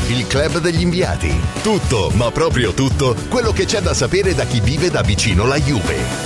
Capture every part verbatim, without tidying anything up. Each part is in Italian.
il club degli inviati. Tutto, ma proprio tutto, quello che c'è da sapere da chi vive da vicino la Juve.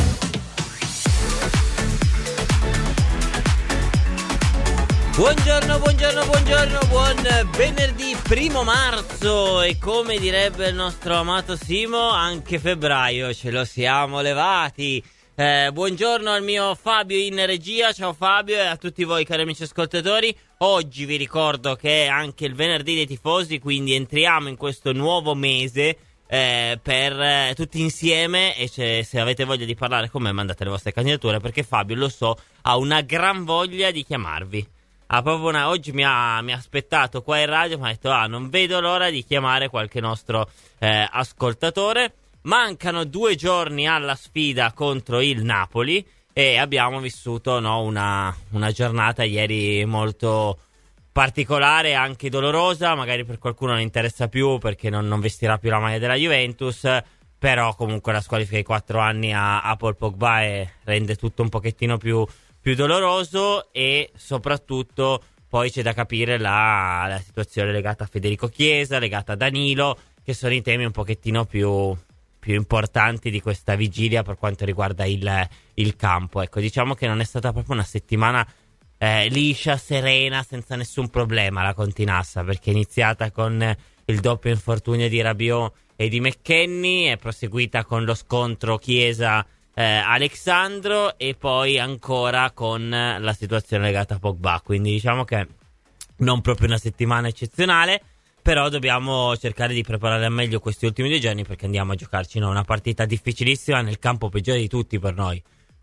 Buongiorno, buongiorno, buongiorno, buon venerdì primo marzo e come direbbe il nostro amato Simo, anche febbraio ce lo siamo levati. Eh, buongiorno al mio Fabio in regia, ciao Fabio, e a tutti voi cari amici ascoltatori. Oggi vi ricordo che è anche il venerdì dei tifosi, quindi entriamo in questo nuovo mese eh, per eh, tutti insieme e se, se avete voglia di parlare con me mandate le vostre candidature, perché Fabio, lo so, ha una gran voglia di chiamarvi. Ah, proprio una, oggi mi ha, mi ha aspettato qua in radio, mi ha detto ah non vedo l'ora di chiamare qualche nostro eh, ascoltatore. Mancano due giorni alla sfida contro il Napoli e abbiamo vissuto no, una, una giornata ieri molto particolare, anche dolorosa, magari per qualcuno non interessa più perché non, non vestirà più la maglia della Juventus, però comunque la squalifica di quattro anni a, a Paul Pogba e rende tutto un pochettino più più doloroso e soprattutto poi c'è da capire la, la situazione legata a Federico Chiesa, legata a Danilo, che sono i temi un pochettino più, più importanti di questa vigilia per quanto riguarda il, il campo. Ecco, diciamo che non è stata proprio una settimana eh, liscia, serena, senza nessun problema la Continassa, perché è iniziata con il doppio infortunio di Rabiot e di McKennie, è proseguita con lo scontro Chiesa Eh, Alexandro e poi ancora con la situazione legata a Pogba, quindi diciamo che non proprio una settimana eccezionale, però dobbiamo cercare di preparare al meglio questi ultimi due giorni perché andiamo a giocarci no, una partita difficilissima nel campo peggiore di tutti per noi,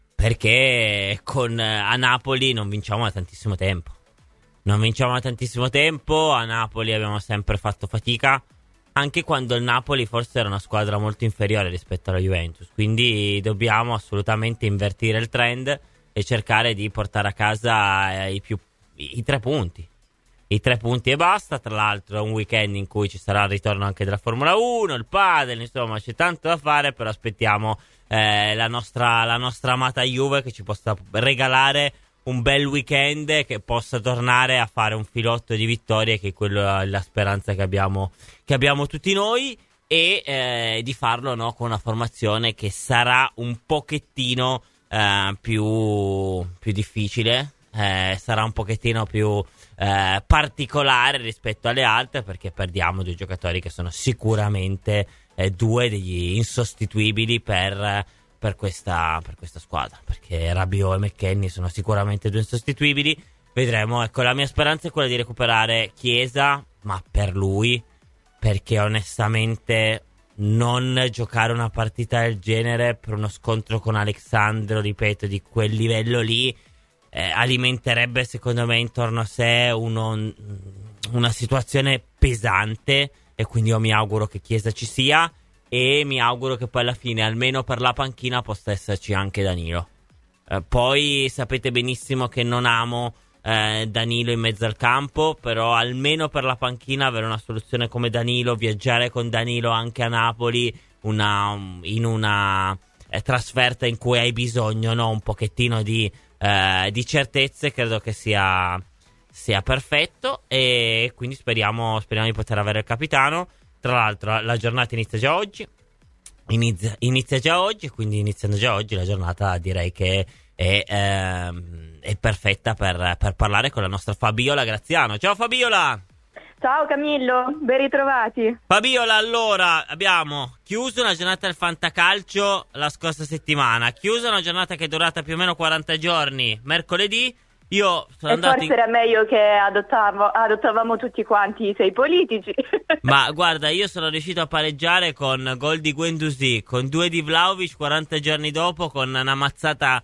perché con a Napoli non vinciamo da tantissimo tempo non vinciamo da tantissimo tempo a Napoli abbiamo sempre fatto fatica, anche quando il Napoli forse era una squadra molto inferiore rispetto alla Juventus, quindi dobbiamo assolutamente invertire il trend e cercare di portare a casa i, più, i, i tre punti i tre punti e basta. Tra l'altro è un weekend in cui ci sarà il ritorno anche della Formula uno, il padel, insomma c'è tanto da fare, però aspettiamo eh, la nostra, la nostra amata Juve che ci possa regalare un bel weekend, che possa tornare a fare un filotto di vittorie, che è quello la speranza che abbiamo, che abbiamo tutti noi, e eh, di farlo no, con una formazione che sarà un pochettino eh, più, più difficile, eh, sarà un pochettino più eh, particolare rispetto alle altre, perché perdiamo due giocatori che sono sicuramente eh, due degli insostituibili per Per questa, per questa squadra, perché Rabiot e McKennie sono sicuramente due insostituibili. Vedremo, ecco, la mia speranza è quella di recuperare Chiesa, ma per lui, perché onestamente non giocare una partita del genere per uno scontro con Alexandro, ripeto, di quel livello lì, eh, alimenterebbe secondo me intorno a sé uno, una situazione pesante, e quindi io mi auguro che Chiesa ci sia e mi auguro che poi alla fine, almeno per la panchina, possa esserci anche Danilo. Eh, poi sapete benissimo che non amo eh, Danilo in mezzo al campo, però almeno per la panchina avere una soluzione come Danilo, viaggiare con Danilo anche a Napoli, una, in una eh, trasferta in cui hai bisogno no, un pochettino di, eh, di certezze, credo che sia, sia perfetto, e quindi speriamo, speriamo di poter avere il capitano. Tra l'altro la giornata inizia già oggi, inizia, inizia già oggi, quindi iniziando già oggi la giornata direi che è, ehm, è perfetta per, per parlare con la nostra Fabiola Graziano. Ciao Fabiola! Ciao Camillo, ben ritrovati. Fabiola, allora abbiamo chiuso una giornata del fantacalcio la scorsa settimana, chiusa una giornata che è durata più o meno quaranta giorni mercoledì. Io sono e andato forse in... era meglio che adottavo, adottavamo tutti quanti i sei politici. Ma guarda, io sono riuscito a pareggiare con gol di Guendouzi, con due di Vlahovic quaranta giorni dopo, con una mazzata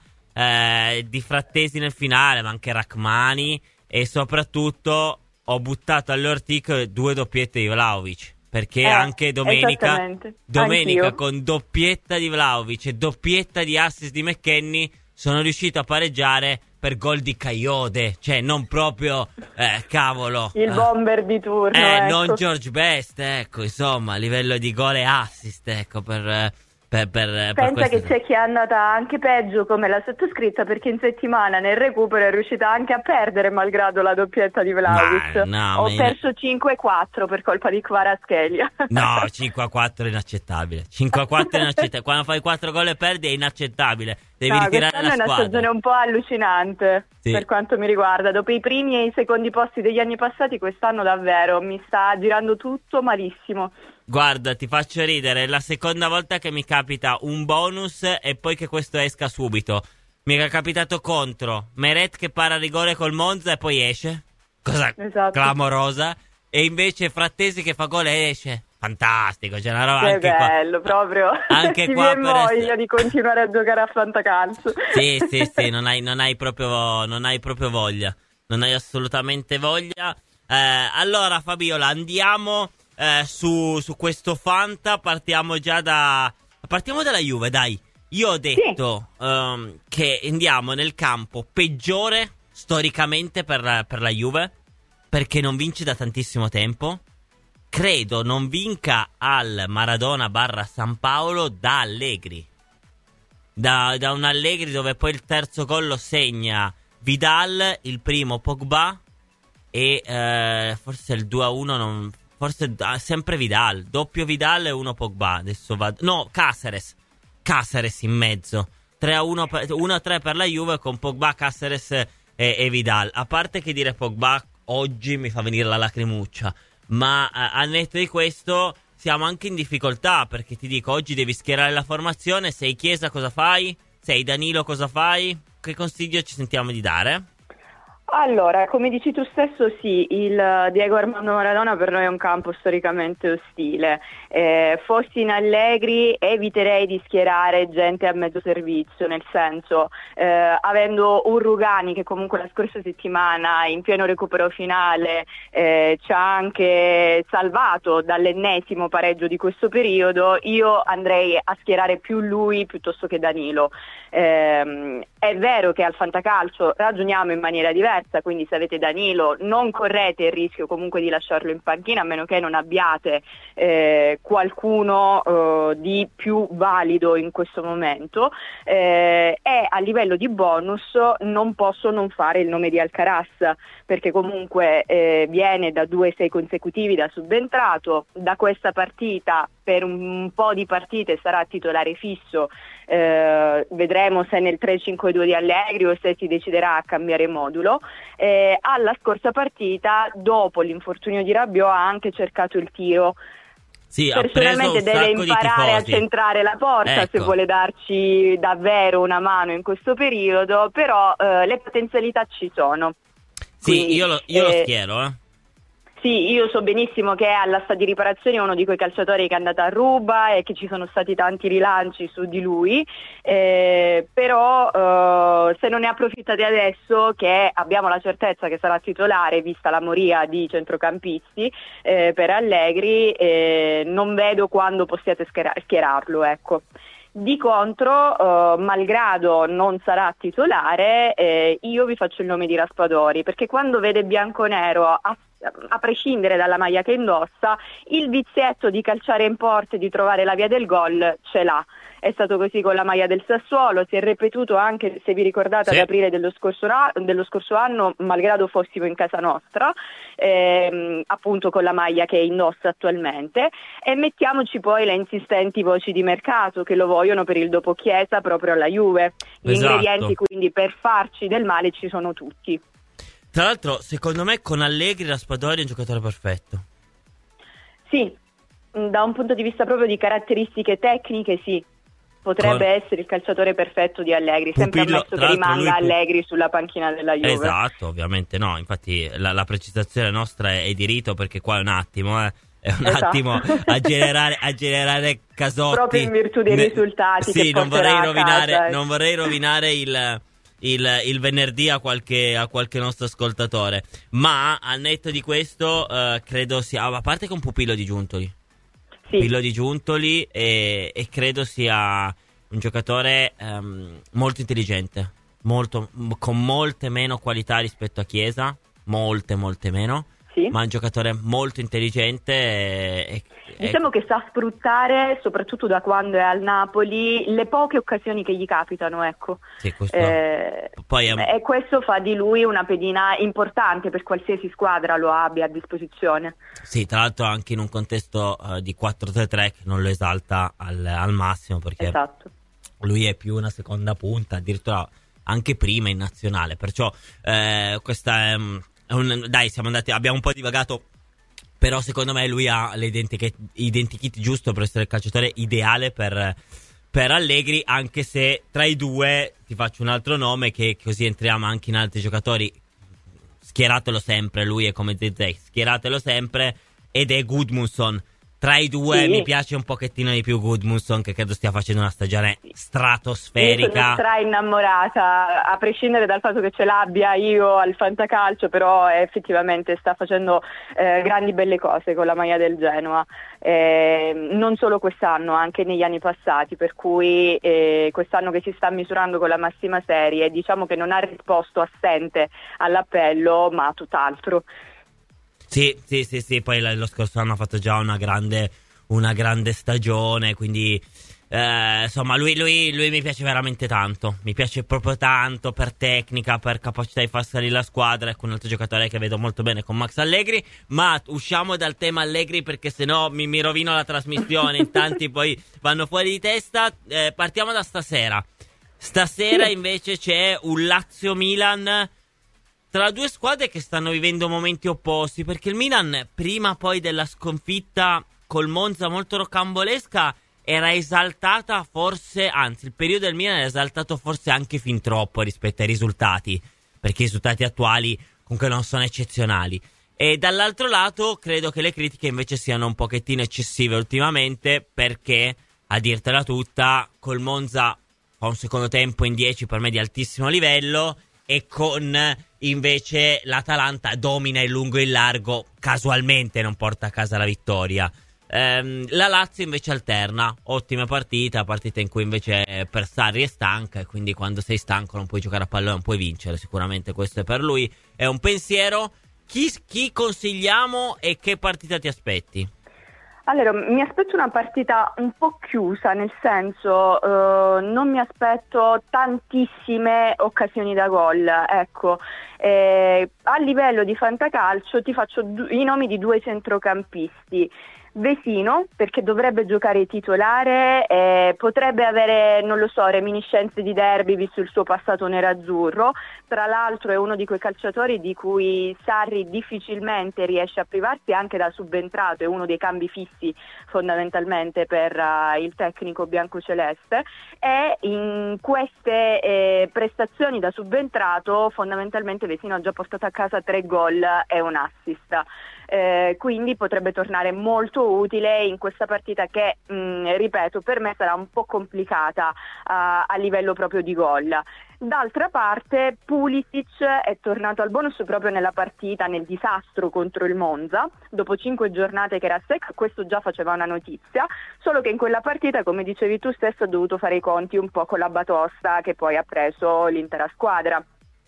eh, di Frattesi nel finale, ma anche Rachmani, e soprattutto ho buttato all'Ortic due doppiette di Vlahovic, perché eh, anche domenica, domenica Anch'io. con doppietta di Vlahovic e doppietta di assist di McKennie sono riuscito a pareggiare per gol di Coyote, cioè non proprio, eh, cavolo. Il bomber di turno, Eh, ecco. non George Best, ecco, insomma, a livello di gol e assist, ecco, per, Per, per, per Pensa che questo... c'è chi è andata anche peggio come la sottoscritta, perché in settimana nel recupero è riuscita anche a perdere malgrado la doppietta di Vlahovic. No, Ho ma... perso cinque a quattro per colpa di Kvaratskhelia. No, cinque a quattro è inaccettabile. cinque a quattro è inaccettabile. Quando fai quattro gol e perdi è inaccettabile. Devi no, ritirare la quest'anno è una squadra. stagione un po' allucinante, sì. per quanto mi riguarda. Dopo i primi e i secondi posti degli anni passati, quest'anno davvero mi sta girando tutto malissimo. Guarda, ti faccio ridere, è la seconda volta che mi capita un bonus e poi che questo esca subito. Mi è capitato contro Meret che para rigore col Monza e poi esce. Cosa esatto. clamorosa. E invece Frattesi che fa gol e esce. Fantastico, c'è una roba che anche bello, qua. proprio. Anche Ti qua viene per voglia essere... di continuare a giocare a fantacalcio. Sì, sì, sì, non hai, non hai proprio non hai proprio voglia. Non hai assolutamente voglia. Eh, allora Fabiola, andiamo eh, su, su questo Fanta. Partiamo già da partiamo dalla Juve, dai. Io ho detto sì. um, che andiamo nel campo peggiore storicamente per, per la Juve, perché non vince da tantissimo tempo. Credo non vinca al Maradona barra San Paolo da Allegri. Da, da un Allegri dove poi il terzo gol lo segna Vidal, il primo Pogba e eh, forse il due a uno non, forse ah, sempre Vidal, doppio Vidal e uno Pogba. Adesso va, no, Caceres. Caceres in mezzo. tre a uno per, uno a tre per la Juve con Pogba, Caceres e, e Vidal. A parte che dire Pogba oggi mi fa venire la lacrimuccia. Ma eh, al netto di questo siamo anche in difficoltà, perché ti dico, oggi devi schierare la formazione. Sei Chiesa, cosa fai? Sei Danilo, cosa fai? Che consiglio ci sentiamo di dare? Allora, come dici tu stesso, sì, il Diego Armando Maradona per noi è un campo storicamente ostile. Eh, fossi in Allegri eviterei di schierare gente a mezzo servizio, nel senso, eh, avendo un Rugani che comunque la scorsa settimana in pieno recupero finale eh, ci ha anche salvato dall'ennesimo pareggio di questo periodo, io andrei a schierare più lui piuttosto che Danilo. Eh, è vero che al fantacalcio ragioniamo in maniera diversa, quindi se avete Danilo non correte il rischio comunque di lasciarlo in panchina, a meno che non abbiate eh, qualcuno eh, di più valido in questo momento. Eh, e a livello di bonus non posso non fare il nome di Alcaraz, perché comunque eh, viene da due sei consecutivi da subentrato, da questa partita per un po' di partite sarà titolare fisso. Eh, vedremo se nel tre cinque due di Allegri o se si deciderà a cambiare modulo. Eh, alla scorsa partita, dopo l'infortunio di Rabiot, ha anche cercato il tiro. Sì, personalmente deve imparare a centrare la porta, ecco, se vuole darci davvero una mano in questo periodo, però eh, le potenzialità ci sono. Sì, Quindi, io, lo, io eh, lo schiero, eh. Sì, io so benissimo che alla sta di riparazione è uno di quei calciatori che è andato a ruba e che ci sono stati tanti rilanci su di lui, eh, però eh, se non ne approfittate adesso che abbiamo la certezza che sarà titolare vista la moria di centrocampisti eh, per Allegri, eh, non vedo quando possiate schiera- schierarlo, ecco. Di contro, eh, malgrado non sarà titolare, eh, io vi faccio il nome di Raspadori, perché quando vede bianconero, a, a prescindere dalla maglia che indossa, il vizietto di calciare in porta e di trovare la via del gol ce l'ha. È stato così con la maglia del Sassuolo, si è ripetuto anche, se vi ricordate, sì, ad aprile dello scorso, dello scorso anno, malgrado fossimo in casa nostra, ehm, appunto con la maglia che indossa attualmente, e mettiamoci poi le insistenti voci di mercato che lo vogliono per il dopo Chiesa proprio alla Juve. Gli esatto. ingredienti quindi per farci del male ci sono tutti. Tra l'altro, secondo me con Allegri Raspadori è un giocatore perfetto. Sì, da un punto di vista proprio di caratteristiche tecniche sì. Potrebbe Con... essere il calciatore perfetto di Allegri, sempre Pupillo, ammesso che rimanga lui... Allegri sulla panchina della Juve. Esatto, ovviamente no, infatti la, la precisazione nostra è, è di rito, perché qua è un attimo, eh, è un esatto. attimo a generare, a generare casotti. Proprio in virtù dei ne... risultati sì, che non vorrei rovinare, casa. non vorrei rovinare il... Il, il venerdì a qualche, a qualche nostro ascoltatore, ma al netto di questo eh, credo sia, a parte con Pupillo di Giuntoli, sì. Pupillo di Giuntoli e, e credo sia un giocatore um, molto intelligente, molto, con molte meno qualità rispetto a Chiesa, molte molte meno, Sì. ma è un giocatore molto intelligente. E, diciamo e... che sa sfruttare, soprattutto da quando è al Napoli, le poche occasioni che gli capitano, ecco. Sì, questo... Eh, Poi è... E questo fa di lui una pedina importante per qualsiasi squadra lo abbia a disposizione. Sì, tra l'altro anche in un contesto uh, di quattro tre tre che non lo esalta al, al massimo, perché esatto. lui è più una seconda punta, addirittura anche prima in nazionale, perciò eh, questa è un... Dai, siamo andati, abbiamo un po' divagato, però secondo me lui ha l'identikit giusto per essere il calciatore ideale per, per Allegri, anche se tra i due ti faccio un altro nome, che così entriamo anche in altri giocatori. Schieratelo sempre, lui è come Zezé, schieratelo sempre, ed è Gudmundsson. Tra i due sì. mi piace un pochettino di più Gudmundsson, che credo stia facendo una stagione stratosferica. Io sono stra innamorata, a prescindere dal fatto che ce l'abbia io al fantacalcio, però effettivamente sta facendo eh, grandi belle cose con la maglia del Genoa, eh, non solo quest'anno, anche negli anni passati, per cui eh, quest'anno che si sta misurando con la massima serie, diciamo che non ha risposto assente all'appello, ma tutt'altro. Sì, sì, sì, sì, poi lo scorso anno ha fatto già una grande, una grande stagione, quindi eh, insomma lui, lui, lui mi piace veramente tanto, mi piace proprio tanto per tecnica, per capacità di far salire la squadra. Ecco un altro giocatore che vedo molto bene con Max Allegri, ma usciamo dal tema Allegri perché sennò mi, mi rovino la trasmissione, in tanti poi vanno fuori di testa. Eh, partiamo da stasera. Stasera invece c'è un Lazio-Milan, tra due squadre che stanno vivendo momenti opposti, perché il Milan, prima poi della sconfitta col Monza molto rocambolesca, era esaltata forse, anzi il periodo del Milan era esaltato forse anche fin troppo rispetto ai risultati, perché i risultati attuali comunque non sono eccezionali. E dall'altro lato credo che le critiche invece siano un pochettino eccessive ultimamente, perché, a dirtela tutta, col Monza fa un secondo tempo in dieci per me di altissimo livello, e con invece l'Atalanta domina in lungo e in largo, casualmente non porta a casa la vittoria. Ehm, la Lazio invece alterna, ottima partita, partita in cui invece per Sarri è stanca, e quindi quando sei stanco non puoi giocare a pallone, non puoi vincere. Sicuramente questo è per lui, è un pensiero. Chi, chi consigliamo e che partita ti aspetti? Allora, mi aspetto una partita un po' chiusa, nel senso eh, non mi aspetto tantissime occasioni da gol, ecco. Eh, a livello di fantacalcio ti faccio du- i nomi di due centrocampisti. Vesino, perché dovrebbe giocare titolare, eh, potrebbe avere, non lo so, reminiscenze di derby visto il suo passato nerazzurro. Tra l'altro è uno di quei calciatori di cui Sarri difficilmente riesce a privarsi, anche da subentrato, è uno dei cambi fissi fondamentalmente per uh, il tecnico biancoceleste, e in queste eh, prestazioni da subentrato fondamentalmente Vesino ha già portato a casa tre gol e un assist. Eh, quindi potrebbe tornare molto utile in questa partita che, mh, ripeto, per me sarà un po' complicata uh, a livello proprio di gol. D'altra parte Pulisic è tornato al bonus proprio nella partita, nel disastro contro il Monza, dopo cinque giornate che era secco. Questo già faceva una notizia, solo che in quella partita, come dicevi tu stesso, ha dovuto fare i conti un po' con la batosta che poi ha preso l'intera squadra.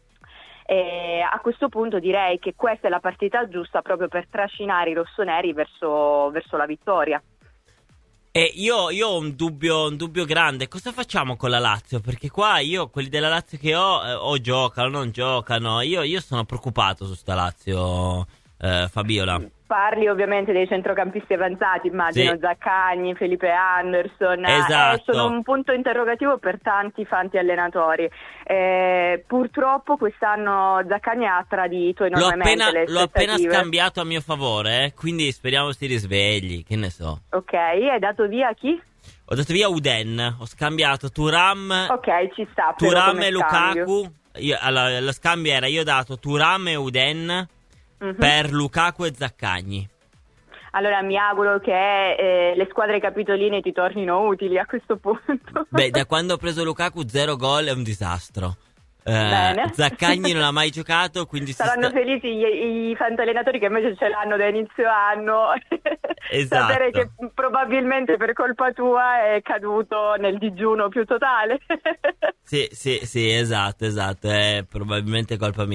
E a questo punto direi che questa è la partita giusta proprio per trascinare i rossoneri verso, verso la vittoria. E io, io ho un dubbio, un dubbio grande. Cosa facciamo con la Lazio? Perché qua io, quelli della Lazio che ho, eh, o giocano, non giocano. Io, io sono preoccupato su sta Lazio, eh, Fabiola. Parli ovviamente dei centrocampisti avanzati, immagino, sì. Zaccagni, Felipe Anderson. Esatto. Eh, sono un punto interrogativo per tanti fanti allenatori. Eh, purtroppo quest'anno Zaccagni ha tradito enormemente l'ho appena, le l'ho appena aspettative. scambiato a mio favore, eh, quindi speriamo si risvegli, che ne so. Ok, hai dato via chi? Ho dato via Uden, ho scambiato Thuram, ok, ci sta, Thuram e scambio. Lukaku. Io, allora, lo scambio era, io ho dato Thuram e Uden mm-hmm. per Lukaku e Zaccagni. Allora mi auguro che eh, le squadre capitoline ti tornino utili a questo punto. Beh, da quando ho preso Lukaku zero gol è un disastro. Bene. Eh, Zaccagni non ha mai giocato, quindi saranno si sta... felici i, i fantallenatori che invece ce l'hanno da inizio anno. Esatto. Sapere che probabilmente per colpa tua è caduto nel digiuno più totale. Sì, sì, sì, esatto, esatto, è probabilmente colpa mia.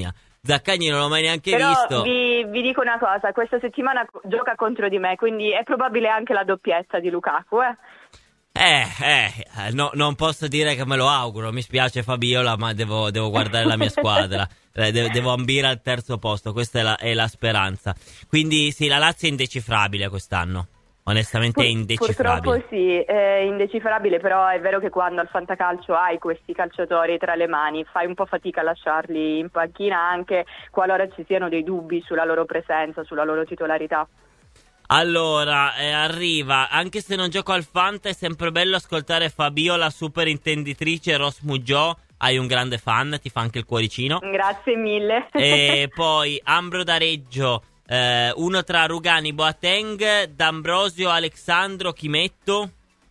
Zaccagni non l'ho mai neanche Però visto. vi, vi dico una cosa, questa settimana gioca contro di me, quindi è probabile anche la doppietta di Lukaku, eh? Eh, eh, no, non posso dire che me lo auguro, mi spiace Fabiola, ma devo, devo guardare la mia squadra, eh, de- devo ambire al terzo posto, questa è la, è la speranza. Quindi sì, la Lazio è indecifrabile quest'anno, onestamente Pur- è indecifrabile. Purtroppo sì, è indecifrabile, però è vero che quando al fantacalcio hai questi calciatori tra le mani fai un po' fatica a lasciarli in panchina anche qualora ci siano dei dubbi sulla loro presenza, sulla loro titolarità. Allora, eh, arriva, anche se non gioco al Fanta, è sempre bello ascoltare Fabiola, super intenditrice, Ros Muggio, hai un grande fan, ti fa anche il cuoricino. Grazie mille. E poi Ambro da Reggio, eh, uno tra Rugani, Boateng, D'Ambrosio, Alexandro, chi metto?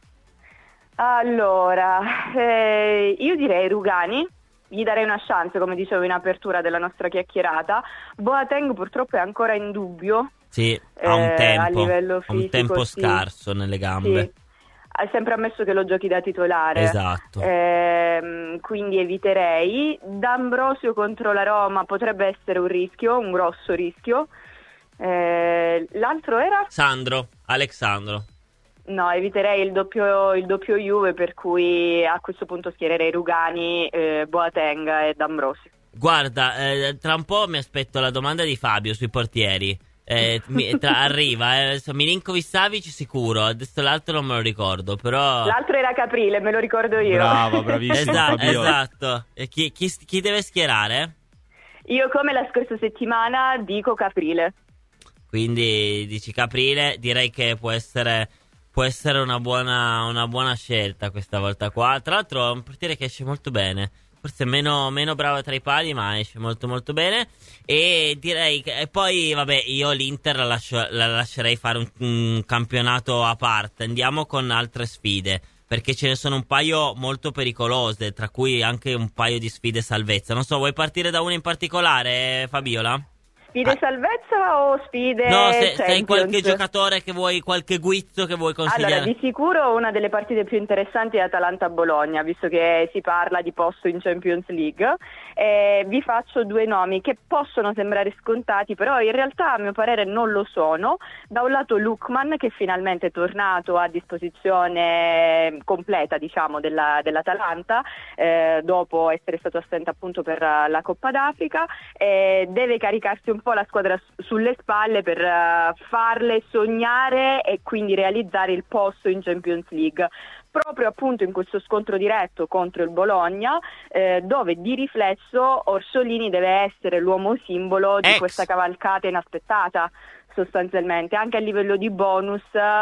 Allora, eh, io direi Rugani. Gli darei una chance, come dicevo in apertura della nostra chiacchierata. Boateng purtroppo è ancora in dubbio. Sì, ha un eh, tempo, a livello ha fisico, un tempo sì. scarso nelle gambe. Sì. Ha sempre ammesso che lo giochi da titolare. Esatto. Ehm, quindi eviterei. D'Ambrosio contro la Roma potrebbe essere un rischio, un grosso rischio. Eh, l'altro era? Sandro, Alexandro. No, eviterei il doppio, il doppio Juve, per cui a questo punto schiererei Rugani, eh, Boateng e D'Ambrosio. Guarda, eh, tra un po' mi aspetto la domanda di Fabio sui portieri. Eh, mi, tra, arriva, eh, adesso Milinkovic-Savic sicuro, adesso l'altro non me lo ricordo, però... L'altro era Caprile, me lo ricordo io. Brava, bravissimo Esa- Fabio. esatto. E chi, chi, chi deve schierare? Io come la scorsa settimana dico Caprile. Quindi dici Caprile, direi che può essere... Può essere una buona, una buona scelta questa volta qua. Tra l'altro è un portiere che esce molto bene. Forse meno, meno bravo tra i pali, ma esce molto molto bene. E direi che... E poi, vabbè, io l'Inter la, lascio, la lascerei fare un, un campionato a parte. Andiamo con altre sfide, perché ce ne sono un paio molto pericolose, tra cui anche un paio di sfide salvezza. Non so, vuoi partire da una in particolare, Fabiola? Sfide Ah. salvezza o sfide No, se, se hai Champions? qualche giocatore che vuoi, qualche guizzo che vuoi consigliare. Allora, di sicuro una delle partite più interessanti è Atalanta-Bologna, visto che si parla di posto in Champions League. Eh, vi faccio due nomi che possono sembrare scontati, però in realtà a mio parere non lo sono. Da un lato Lookman, che finalmente è tornato a disposizione completa, diciamo, della, dell'Atalanta, eh, dopo essere stato assente appunto per la Coppa d'Africa. Eh, deve caricarsi un po' la squadra sulle spalle per uh, farle sognare e quindi realizzare il posto in Champions League, proprio appunto in questo scontro diretto contro il Bologna, eh, dove di riflesso Orsolini deve essere l'uomo simbolo di Ex. questa cavalcata inaspettata. Sostanzialmente anche a livello di bonus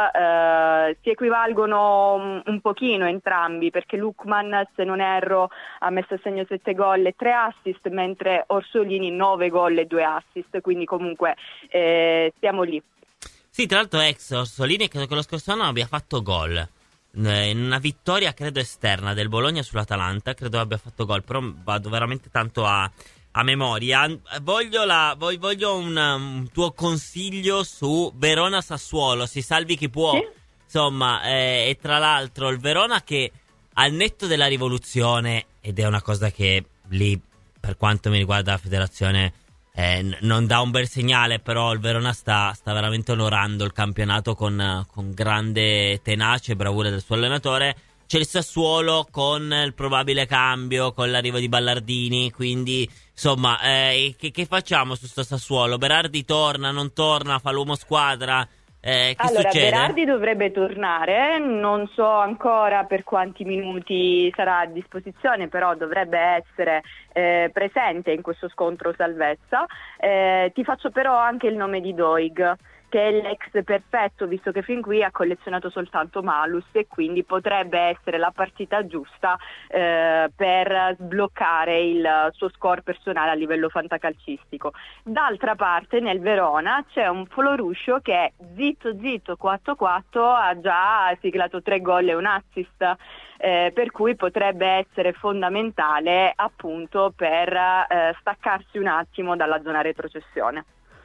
eh, si equivalgono un, un pochino entrambi, perché Lookman, se non erro, ha messo a segno sette gol e tre assist, mentre Orsolini nove gol e due assist, quindi comunque eh, stiamo lì. Sì, tra l'altro ex Orsolini credo che lo scorso anno abbia fatto gol in una vittoria credo esterna del Bologna sull'Atalanta, credo abbia fatto gol, però vado veramente tanto a A memoria. Voglio, la, voglio un, un tuo consiglio su Verona-Sassuolo, si salvi chi può. Sì? Insomma, eh, e tra l'altro il Verona che al netto della rivoluzione, ed è una cosa che lì, per quanto mi riguarda la federazione, eh, n- non dà un bel segnale, però il Verona sta, sta veramente onorando il campionato con, con grande tenacia e bravura del suo allenatore. C'è il Sassuolo con il probabile cambio, con l'arrivo di Ballardini, quindi insomma, eh, che, che facciamo su sto Sassuolo? Berardi torna, non torna, fa l'uomo squadra? Eh, che allora, succede? Berardi dovrebbe tornare, non so ancora per quanti minuti sarà a disposizione, però dovrebbe essere eh, presente in questo scontro salvezza. Eh, ti faccio però anche il nome di Doig, che è l'ex perfetto, visto che fin qui ha collezionato soltanto malus e quindi potrebbe essere la partita giusta eh, per sbloccare il suo score personale a livello fantacalcistico. D'altra parte nel Verona c'è un Foloruscio che zitto zitto quattro quattro ha già siglato tre gol e un assist, eh, per cui potrebbe essere fondamentale appunto per eh, staccarsi un attimo dalla zona retrocessione.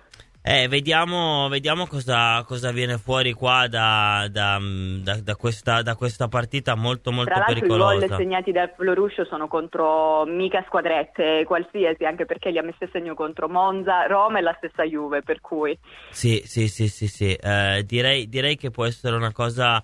Eh, vediamo, vediamo cosa, cosa viene fuori qua da, da, da, da, questa, da questa partita molto molto Tra l'altro pericolosa. I gol segnati dal Floruscio sono contro mica squadrette qualsiasi, anche perché li ha messi a segno contro Monza, Roma e la stessa Juve, per cui Sì, sì, sì, sì, sì. Eh, direi, direi che può essere una cosa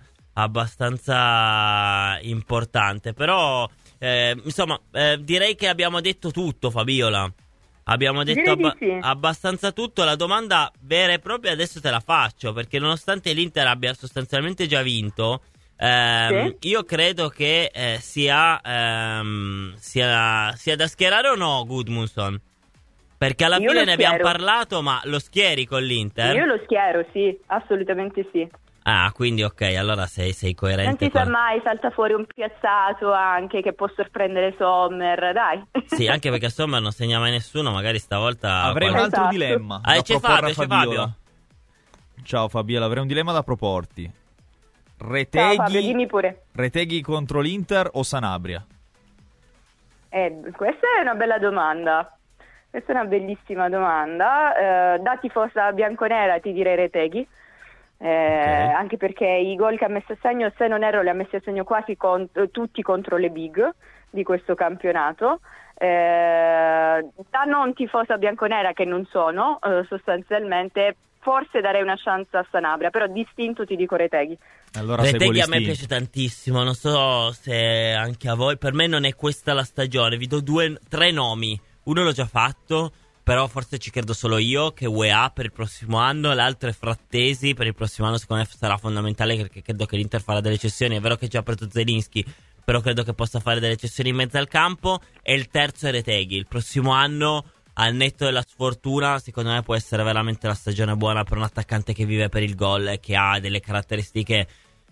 abbastanza importante, però eh, insomma eh, direi che abbiamo detto tutto, Fabiola. Abbiamo detto abba- sì. abbastanza tutto. La domanda vera e propria adesso te la faccio, perché nonostante l'Inter abbia sostanzialmente già vinto, ehm, sì. io credo che eh, sia, ehm, sia sia da schierare o no Gudmundsson? Perché alla Io fine lo ne abbiamo schiero. parlato, ma lo schieri con l'Inter? Io lo schiero, sì, assolutamente sì. Ah, quindi ok, allora sei, sei Non coerente si sa con... mai, salta fuori un piazzato anche che può sorprendere Sommer, dai. Sì, anche perché Sommer non segna mai nessuno, magari stavolta... Avrei un qualche- altro Esatto. dilemma Ah, da c'è proporre Fabio, a c'è Fabiola. Fabio. Ciao Fabiola, avrei un dilemma da proporti. Ciao Fabio, Reteghi, dimmi pure. Reteghi contro l'Inter o Sanabria? Eh, questa è una bella domanda. Questa è una bellissima domanda. Eh, da tifosa bianconera ti direi Reteghi. Eh, Ok. Anche perché i gol che ha messo a segno, se non erro, li ha messi a segno quasi con- tutti contro le big di questo campionato. Eh, da non tifosa bianconera che non sono, eh, sostanzialmente forse darei una chance a Sanabria, però distinto ti dico Reteghi. Allora seguo Reteghi a me l'istinto. piace tantissimo, non so se anche a voi. Per me non è questa la stagione, vi do due, tre nomi. Uno l'ho già fatto, però forse ci credo solo io, che U E A per il prossimo anno. L'altro è Frattesi, per il prossimo anno secondo me sarà fondamentale, perché credo che l'Inter farà delle cessioni. È vero che ha già preso Zelinski, però credo che possa fare delle cessioni in mezzo al campo. E il terzo è Reteghi. Il prossimo anno, al netto della sfortuna, secondo me può essere veramente la stagione buona per un attaccante che vive per il gol e che ha delle caratteristiche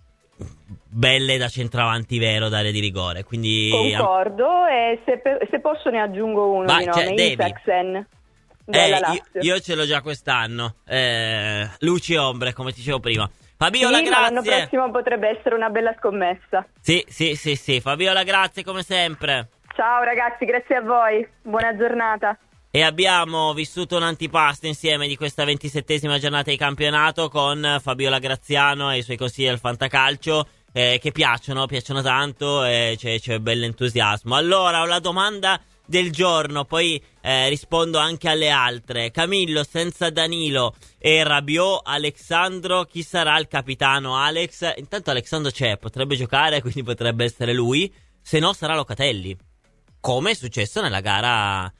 belle da centravanti vero, d'area di rigore. Quindi Concordo, e se, pe- se posso ne aggiungo uno Vai, di cioè, nome, devi. Isaksen Eh, della io, Lazio. io ce l'ho già quest'anno. Eh, luci e ombre, come ti dicevo prima. Fabiola, Sì, ma l'anno grazie. prossimo potrebbe essere una bella scommessa. Sì, sì, sì, sì. Fabiola, grazie come sempre. Ciao ragazzi, grazie a voi, buona giornata. E abbiamo vissuto un antipasto insieme di questa ventisettesima giornata di campionato con Fabiola Graziano e i suoi consigli del fantacalcio, eh, che piacciono, piacciono tanto, e c'è, c'è bell'entusiasmo. Allora, ho la domanda del giorno, poi eh, rispondo anche alle altre. Camillo senza Danilo e Rabiot, Alexandro, chi sarà il capitano? Alex, intanto Alexandro c'è, potrebbe giocare, quindi potrebbe essere lui, se no sarà Locatelli, come è successo nella gara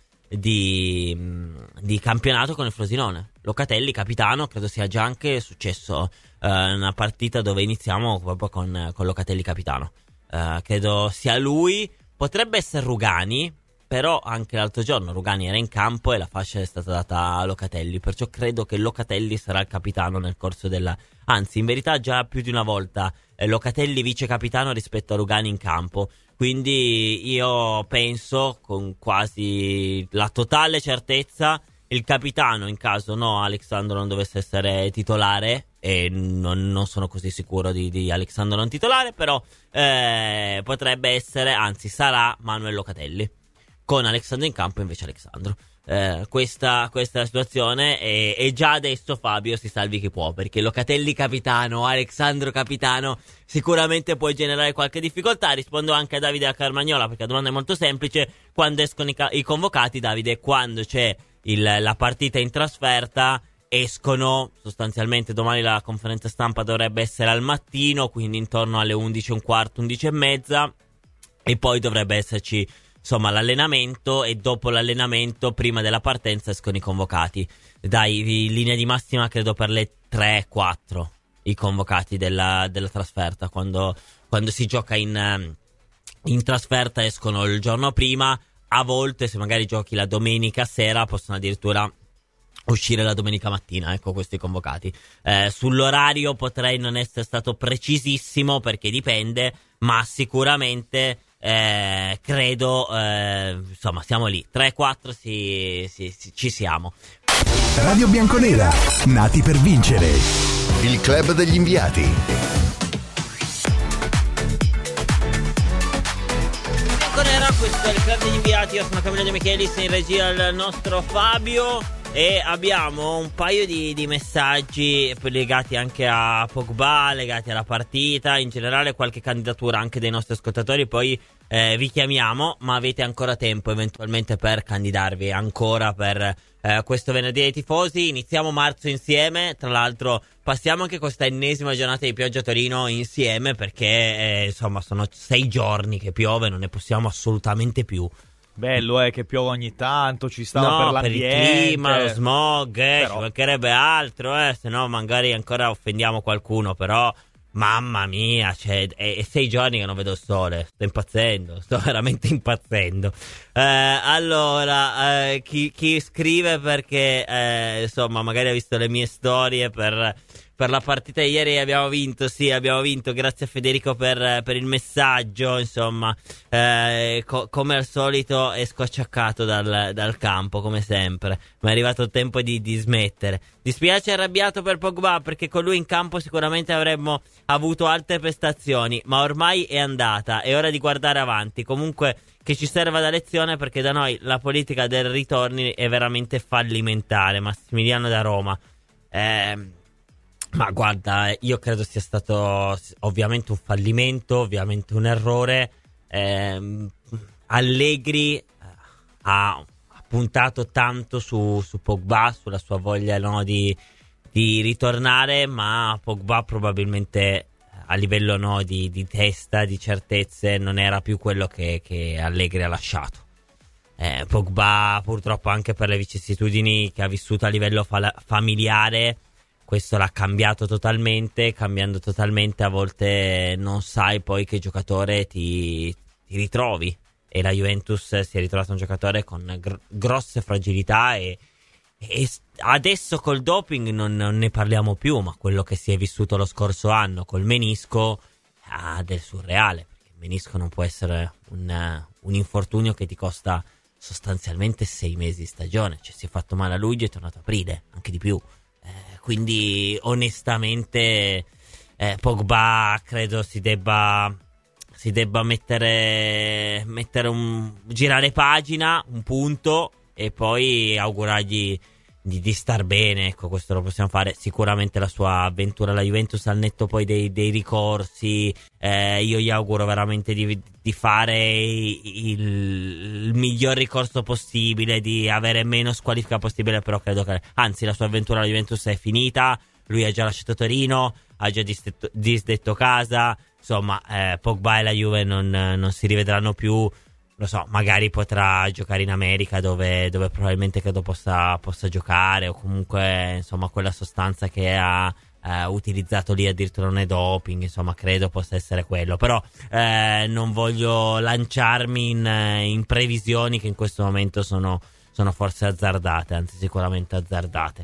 di, di campionato con il Frosinone. Locatelli capitano, credo sia già anche successo eh, una partita dove iniziamo proprio con, con Locatelli capitano. Eh, credo sia lui, potrebbe essere Rugani, però anche l'altro giorno Rugani era in campo e la fascia è stata data a Locatelli, perciò credo che Locatelli sarà il capitano nel corso della... Anzi, in verità già più di una volta eh, Locatelli vice capitano rispetto a Rugani in campo. Quindi io penso con quasi la totale certezza il capitano, in caso no Alexandro non dovesse essere titolare, e non, non sono così sicuro di, di Alexandro non titolare, però eh, potrebbe essere, anzi sarà Manuel Locatelli, con Alexandro in campo invece Alexandro. Eh, questa, questa è la situazione, e, e già adesso Fabio si salvi chi può, perché Locatelli capitano, Alexandro capitano sicuramente può generare qualche difficoltà. Rispondo anche a Davide a Carmagnola, perché la domanda è molto semplice: quando escono i, ca- i convocati, Davide? Quando c'è il, la partita in trasferta escono sostanzialmente. Domani la conferenza stampa dovrebbe essere al mattino, quindi intorno alle undici e un quarto, undici e mezza, e poi dovrebbe esserci insomma l'allenamento, e dopo l'allenamento, prima della partenza, escono i convocati. Dai, in linea di massima credo per le tre quattro i convocati della, della trasferta. Quando, quando si gioca in, in trasferta escono il giorno prima. A volte, se magari giochi la domenica sera, possono addirittura uscire la domenica mattina, ecco, questi convocati. Eh, sull'orario potrei non essere stato precisissimo, perché dipende, ma sicuramente eh, credo, eh, insomma, siamo lì, tre quattro si, si, si, ci siamo. Radio Bianconera, nati per vincere. Il club degli inviati. Bianconera, questo è il club degli inviati. Io sono Camillo De Michelis, in regia il nostro Fabio. E abbiamo un paio di, di messaggi legati anche a Pogba, legati alla partita, in generale qualche candidatura anche dei nostri ascoltatori. Poi eh, vi chiamiamo, ma avete ancora tempo eventualmente per candidarvi ancora per eh, questo venerdì dei tifosi. Iniziamo marzo insieme, tra l'altro passiamo anche questa ennesima giornata di pioggia a Torino insieme, perché eh, insomma sono sei giorni che piove, non ne possiamo assolutamente più. Bello è che piove ogni tanto, ci stava no, per l'ambiente. Per il clima, lo smog, eh, però... ci mancherebbe altro, eh, se no magari ancora offendiamo qualcuno, però mamma mia, cioè, è, è sei giorni che non vedo il sole, sto impazzendo, sto veramente impazzendo. Eh, allora, eh, chi, chi scrive perché, eh, insomma, magari ha visto le mie storie per... Per la partita di ieri abbiamo vinto, sì, abbiamo vinto, grazie a Federico per, per il messaggio, insomma, eh, co- come al solito è scocciaccato dal, dal campo, come sempre, ma è arrivato il tempo di, di smettere. Dispiace arrabbiato per Pogba, perché con lui in campo sicuramente avremmo avuto altre prestazioni, ma ormai è andata, è ora di guardare avanti, comunque che ci serva da lezione, perché da noi la politica del ritorni è veramente fallimentare. Massimiliano da Roma. Eh... Ma guarda, io credo sia stato ovviamente un fallimento, ovviamente un errore. Eh, Allegri ha, ha puntato tanto su, su Pogba, sulla sua voglia, no, di, di ritornare, ma Pogba probabilmente a livello, no, di, di testa, di certezze, non era più quello che, che Allegri ha lasciato. Eh, Pogba purtroppo, anche per le vicissitudini che ha vissuto a livello fa- familiare, questo l'ha cambiato totalmente, cambiando totalmente a volte non sai poi che giocatore ti, ti ritrovi, e la Juventus si è ritrovata un giocatore con gr- grosse fragilità e, e adesso col doping non, non ne parliamo più, ma quello che si è vissuto lo scorso anno col menisco ha del surreale, perché il menisco non può essere un, un infortunio che ti costa sostanzialmente sei mesi di stagione, cioè si è fatto male a luglio e è tornato a aprile, anche di più. Quindi onestamente eh, Pogba credo si debba si debba mettere mettere un girare pagina, un punto, e poi augurargli di, di star bene, ecco, questo lo possiamo fare. Sicuramente la sua avventura alla Juventus, al netto poi dei, dei ricorsi, eh, io gli auguro veramente di, di fare il, il miglior ricorso possibile, di avere meno squalifica possibile, però credo che, anzi, la sua avventura alla Juventus è finita, lui ha già lasciato Torino, ha già disdetto, disdetto casa, insomma, eh, Pogba e la Juve non, non si rivedranno più. Lo so, magari potrà giocare in America, dove, dove probabilmente credo possa, possa giocare, o comunque, insomma, quella sostanza che ha eh, utilizzato lì addirittura non è doping, insomma, credo possa essere quello. Però eh, non voglio lanciarmi in, in previsioni che in questo momento sono, sono forse azzardate, anzi sicuramente azzardate.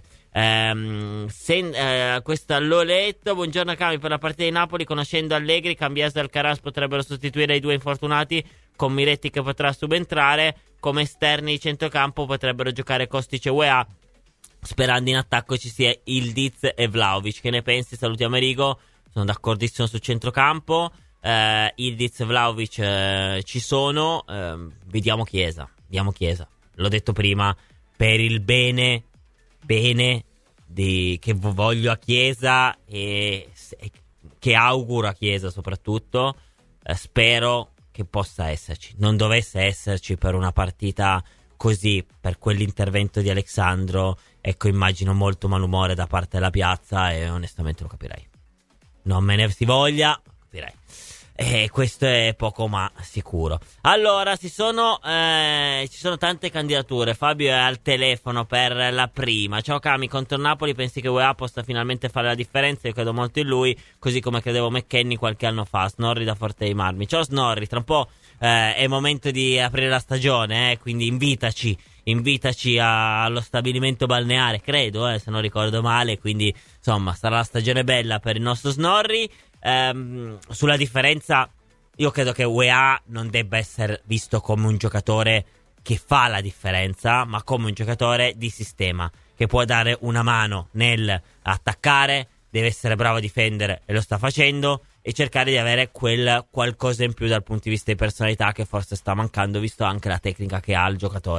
Um, sen, uh, questa l'ho letto. Buongiorno Cami, per la partita di Napoli, conoscendo Allegri, Cambiaso e Alcaraz potrebbero sostituire i due infortunati, con Miretti che potrà subentrare. Come esterni di centrocampo potrebbero giocare Kostic e U E A, sperando in attacco ci sia Ildiz e Vlahovic. Che ne pensi? Salutiamo Enrico. Sono d'accordissimo sul centrocampo. uh, Ildiz e Vlahovic uh, ci sono. uh, Vediamo Chiesa Vediamo Chiesa L'ho detto prima, per il bene bene di, che voglio a Chiesa, e, e che auguro a Chiesa soprattutto, eh, spero che possa esserci. Non dovesse esserci per una partita così, per quell'intervento di Alexandro, ecco, immagino molto malumore da parte della piazza, e onestamente lo capirei. Non me ne si voglia, capirei. E questo è poco ma sicuro. Allora, ci sono eh, ci sono tante candidature. Fabio è al telefono per la prima. Ciao Cami, contro Napoli pensi che U E A possa finalmente fare la differenza? Io credo molto in lui, così come credevo McKennie qualche anno fa. Snorri da Forte dei Marmi. Ciao Snorri, tra un po' eh, è momento di aprire la stagione, eh, quindi invitaci invitaci a, allo stabilimento balneare, credo, eh, se non ricordo male. Quindi insomma sarà la stagione bella per il nostro Snorri. Um, sulla differenza, io credo che U E A non debba essere visto come un giocatore che fa la differenza, ma come un giocatore di sistema, che può dare una mano nel attaccare, deve essere bravo a difendere, e lo sta facendo, e cercare di avere quel qualcosa in più dal punto di vista di personalità che forse sta mancando, visto anche la tecnica che ha il giocatore.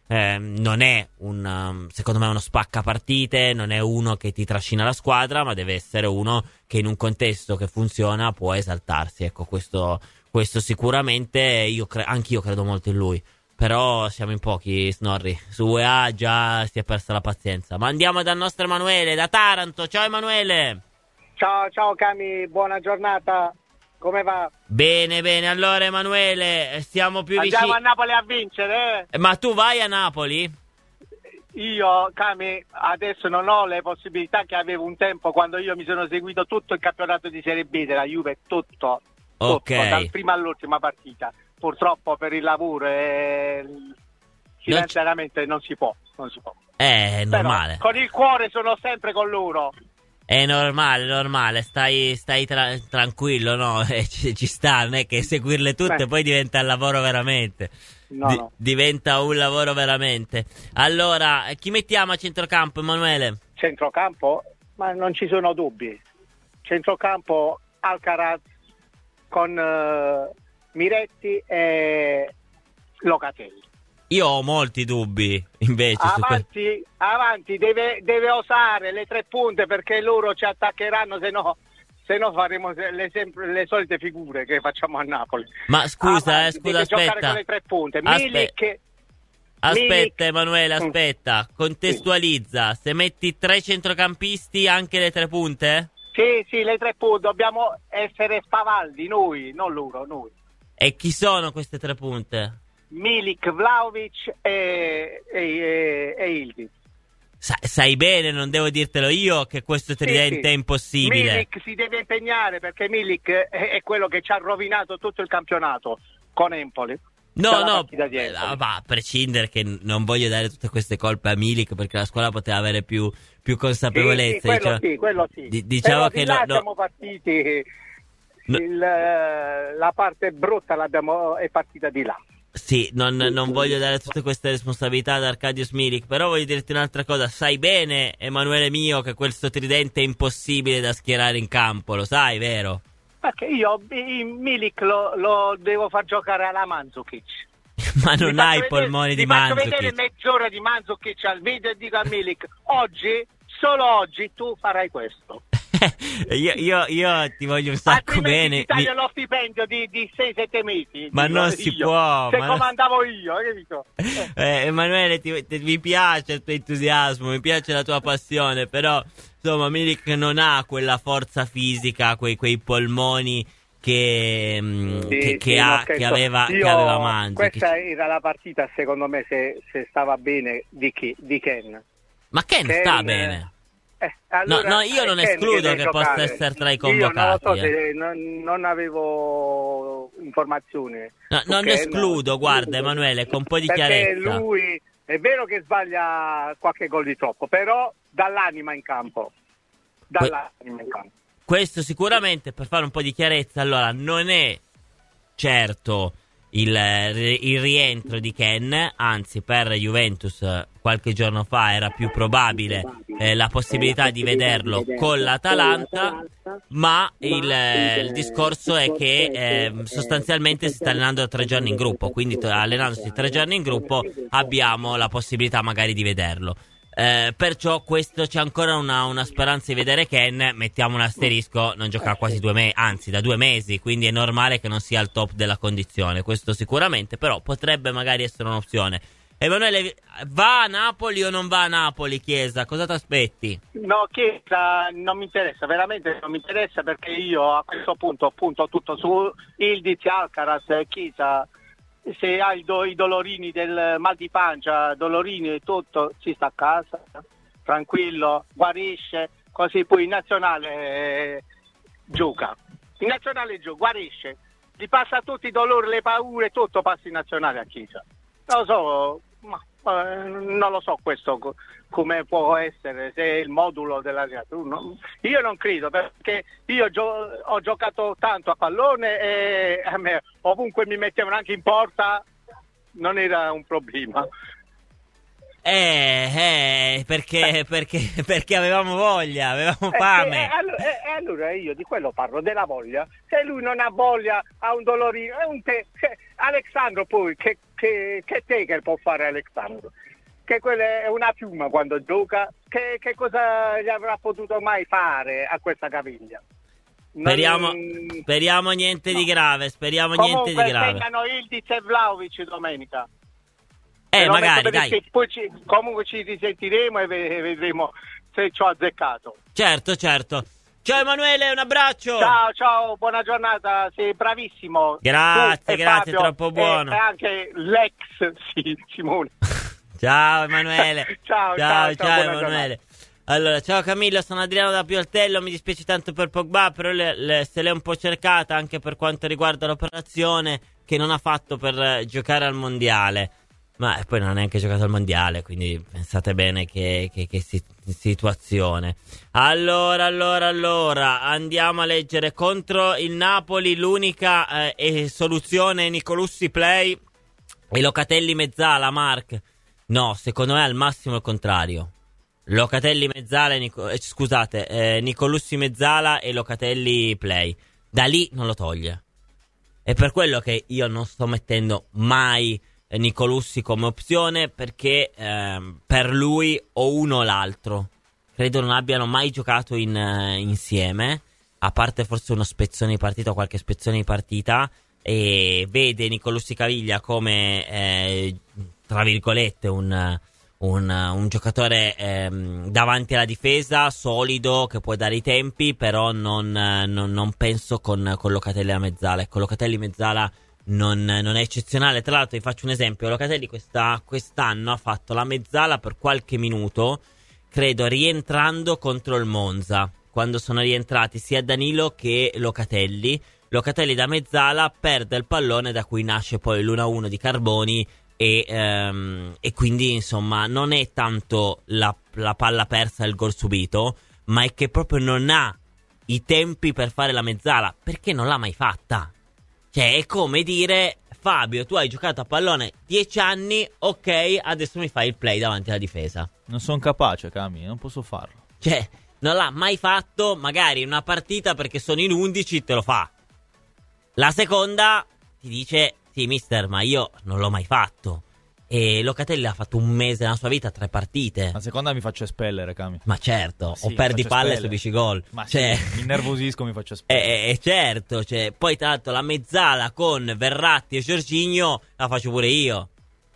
eh, non è un, um, secondo me, uno spaccapartite, non è uno che ti trascina la squadra, ma deve essere uno che in un contesto che funziona può esaltarsi. Ecco, questo, questo sicuramente, io cre- anch'io credo molto in lui. Però siamo in pochi, Snorri. Su U E A già si è persa la pazienza. Ma andiamo dal nostro Emanuele, da Taranto. Ciao Emanuele. Ciao, ciao Cami, buona giornata. Come va? Bene, bene. Allora Emanuele, siamo più vicini. Andiamo a Napoli a vincere, eh? Ma tu vai a Napoli? Io, Cami, adesso non ho le possibilità che avevo un tempo quando io mi sono seguito tutto il campionato di Serie B della Juve, tutto, tutto, Ok. dal prima all'ultima partita. Purtroppo per il lavoro e finanziariamente non si può, non si può. Eh, è normale. Però con il cuore sono sempre con loro. È normale, normale. Stai, stai tra- tranquillo, no? Eh, ci, ci sta, non è che seguirle tutte Beh. poi diventa il lavoro veramente. No, Di- no. Diventa un lavoro veramente. Allora, chi mettiamo a centrocampo, Emanuele? Centrocampo? Ma non ci sono dubbi. Centrocampo Alcaraz con eh, Miretti e Locatelli. Io ho molti dubbi, invece. su que- Avanti, avanti, deve, deve osare le tre punte perché loro ci attaccheranno, se no, se no faremo le, sempre, le solite figure che facciamo a Napoli. Ma scusa, eh, Avanti, scusa, deve giocare aspetta. con le tre punte. Aspe- Milik, Aspetta, Milik- Emanuele, aspetta. Contestualizza. Se metti tre centrocampisti, anche le tre punte? Sì, sì, le tre punte. Dobbiamo essere spavaldi, noi, non loro, noi. E chi sono queste tre punte? Milik, Vlahovic e, e, e, e Ildiz. Sa- sai bene, non devo dirtelo io, che questo tridente Sì, sì. è impossibile. Milik si deve impegnare perché Milik è, è quello che ci ha rovinato tutto il campionato con Empoli. No, Dalla no, partita di eh, Empoli. ma a prescindere che n- non voglio dare tutte queste colpe a Milik perché la squadra poteva avere più, più consapevolezza. Sì, sì, quello diciamo, sì, quello sì. Di- diciamo Però che di là no- no- siamo partiti, No. il, eh, la parte brutta l'abbiamo, è partita di là. Sì, non, non voglio dare tutte queste responsabilità ad Arkadiusz Milik, però voglio dirti un'altra cosa. Sai bene, Emanuele mio, che questo tridente è impossibile da schierare in campo, lo sai, vero? Perché io il Milik lo, lo devo far giocare alla Mandzukic. Ma non Mi hai faccio i vedere- polmoni di mi faccio vedere Mandzukic. mezz'ora di Mandzukic al video e dico a Milik, oggi, solo oggi, tu farai questo. io, io, io ti voglio un sacco Altrimenti bene. ti taglio Mi- lo stipendio di, di sei sette mesi. Ma dico non io. si può, Se ma- comandavo io, hai capito? Eh, Emanuele, ti- ti- mi piace il tuo entusiasmo, mi piace la tua passione, però insomma Milik non ha quella forza fisica, quei, quei polmoni che, mm, Sì, che, sì, che no, ha, scherzo. che aveva, Io- che aveva Mandzukic. Questa era la partita, secondo me, se, se stava bene di, chi? Di Ken. Ma Ken Ken, sta bene. Eh, allora, No, no, io è non Ken escludo deve che possa giocare. essere tra i Io non lo convocati, so, eh. se non, non avevo informazioni. No, su non Ken. escludo, guarda Emanuele, con un po' di Perché chiarezza. lui è vero che sbaglia qualche gol di troppo, però dall'anima in campo. Dall'anima in campo. Questo sicuramente, per fare un po' di chiarezza, allora non è certo il, il rientro di Ken, anzi per Juventus qualche giorno fa era più probabile eh, la possibilità di vederlo con l'Atalanta, ma il, eh, il discorso è che eh, sostanzialmente si sta allenando da tre giorni in gruppo, quindi to- allenandosi tre giorni in gruppo abbiamo la possibilità magari di vederlo. Eh, perciò questo c'è ancora una, una speranza di vedere Ken. Mettiamo un asterisco, non gioca quasi due mesi, anzi da due mesi, quindi è normale che non sia al top della condizione, questo sicuramente, però potrebbe magari essere un'opzione. Emanuele, va a Napoli o non va a Napoli, Chiesa? Cosa ti aspetti? No, Chiesa non mi interessa, veramente non mi interessa, perché io a questo punto punto tutto su Ildiz, Alcaraz, Chiesa. Se hai do, i dolorini del mal di pancia, dolorini e tutto, si sta a casa, tranquillo, guarisce, così poi in nazionale eh, gioca. In nazionale gioca, guarisce, gli passa tutti i dolori, le paure, tutto passa in nazionale a Chiesa. Non lo so, ma eh, non lo so questo co- come può essere, se è il modulo della creatura. Io non credo, perché io gio- ho giocato tanto a pallone e a me ovunque mi mettevano anche in porta non era un problema. Eh, eh, perché, perché, perché avevamo voglia, avevamo Eh, fame. eh, eh, allora, eh, eh, allora io di quello parlo, della voglia. Se lui non ha voglia, ha un dolorino, è un te. Che, Alexandro poi, che, che, che te che può fare Alexandro? Che quella è una piuma quando gioca, che, che cosa gli avrà potuto mai fare a questa caviglia? Non- Speriamo, speriamo niente no. di grave, speriamo Comunque niente di grave. tengano Ildiz e Vlahovic domenica. Eh, Te lo magari, metto per dai. iscritto, poi ci- comunque ci risentiremo e ve- vedremo se ci ho azzeccato. Certo, certo. Ciao Emanuele, un abbraccio. Ciao, ciao, buona giornata, sei bravissimo. Grazie, Tu e grazie, Fabio, troppo buono. E, e anche l'ex, sì, Simone. Ciao Emanuele. Ciao, ciao, ciao, ciao, buona Emanuele. Allora, ciao Camillo, sono Adriano da Pioltello, mi dispiace tanto per Pogba, però le- le- se l'è un po' cercata anche per quanto riguarda l'operazione che non ha fatto per eh, giocare al mondiale. Ma poi non ha neanche giocato al mondiale, quindi pensate bene che, che, che si- situazione. Allora, allora, allora, andiamo a leggere contro il Napoli l'unica eh, eh, soluzione Nicolussi Play e Locatelli mezzala, Mark. No, secondo me al massimo il contrario. Locatelli mezzala e Nico- eh, scusate, eh, Nicolussi mezzala e Locatelli Play. Da lì non lo toglie. È per quello che io non sto mettendo mai eh, Nicolussi come opzione, perché ehm, per lui o uno o l'altro. Credo non abbiano mai giocato in, eh, insieme, a parte forse uno spezzone di partita o qualche spezzone di partita, e vede Nicolussi Caviglia come, eh, tra virgolette, un... Un, un giocatore ehm, davanti alla difesa, solido, che può dare i tempi, però non, non, non penso con, con Locatelli a mezzala. Ecco, Locatelli mezzala non, non è eccezionale. Tra l'altro vi faccio un esempio: Locatelli questa, quest'anno ha fatto la mezzala per qualche minuto, credo rientrando contro il Monza, quando sono rientrati sia Danilo che Locatelli. Locatelli da mezzala perde il pallone, da cui nasce poi l'uno a uno di Carboni. E, ehm, e quindi insomma non è tanto la, la palla persa e il gol subito, ma è che proprio non ha i tempi per fare la mezzala, perché non l'ha mai fatta. Cioè è come dire: Fabio, tu hai giocato a pallone dieci anni, ok, adesso mi fai il play davanti alla difesa. Non sono capace, Cami, non posso farlo. Cioè non l'ha mai fatto. Magari in una partita, perché sono in undici, te lo fa. La seconda ti dice: sì mister, ma io non l'ho mai fatto. E Locatelli ha fatto un mese nella sua vita, tre partite. La seconda mi faccio espellere, Cami. Ma certo, Ma sì, o perdi faccio palle e espellere. subisci gol. Ma Cioè, sì, mi innervosisco, mi faccio eh, espellere. eh, certo, cioè, poi tra l'altro la mezzala con Verratti e Jorginho la faccio pure io.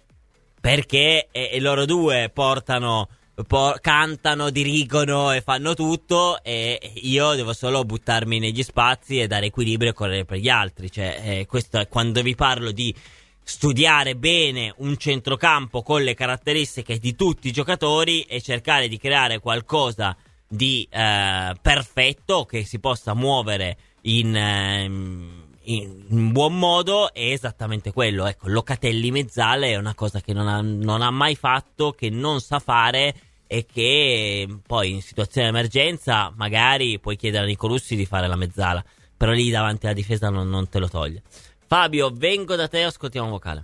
Perché eh, e loro due portano... Por- cantano, dirigono e fanno tutto, e io devo solo buttarmi negli spazi e dare equilibrio e correre per gli altri. Cioè, eh, questo è quando vi parlo di studiare bene un centrocampo con le caratteristiche di tutti i giocatori e cercare di creare qualcosa di eh, perfetto, che si possa muovere in, eh, in, in buon modo. È esattamente quello. Ecco, Locatelli mezzale è una cosa che non ha, non ha mai fatto, che non sa fare, e che poi in situazione di emergenza magari puoi chiedere a Nicolussi di fare la mezzala, però lì davanti alla difesa non, non te lo toglie. Fabio, vengo da te, ascoltiamo un vocale.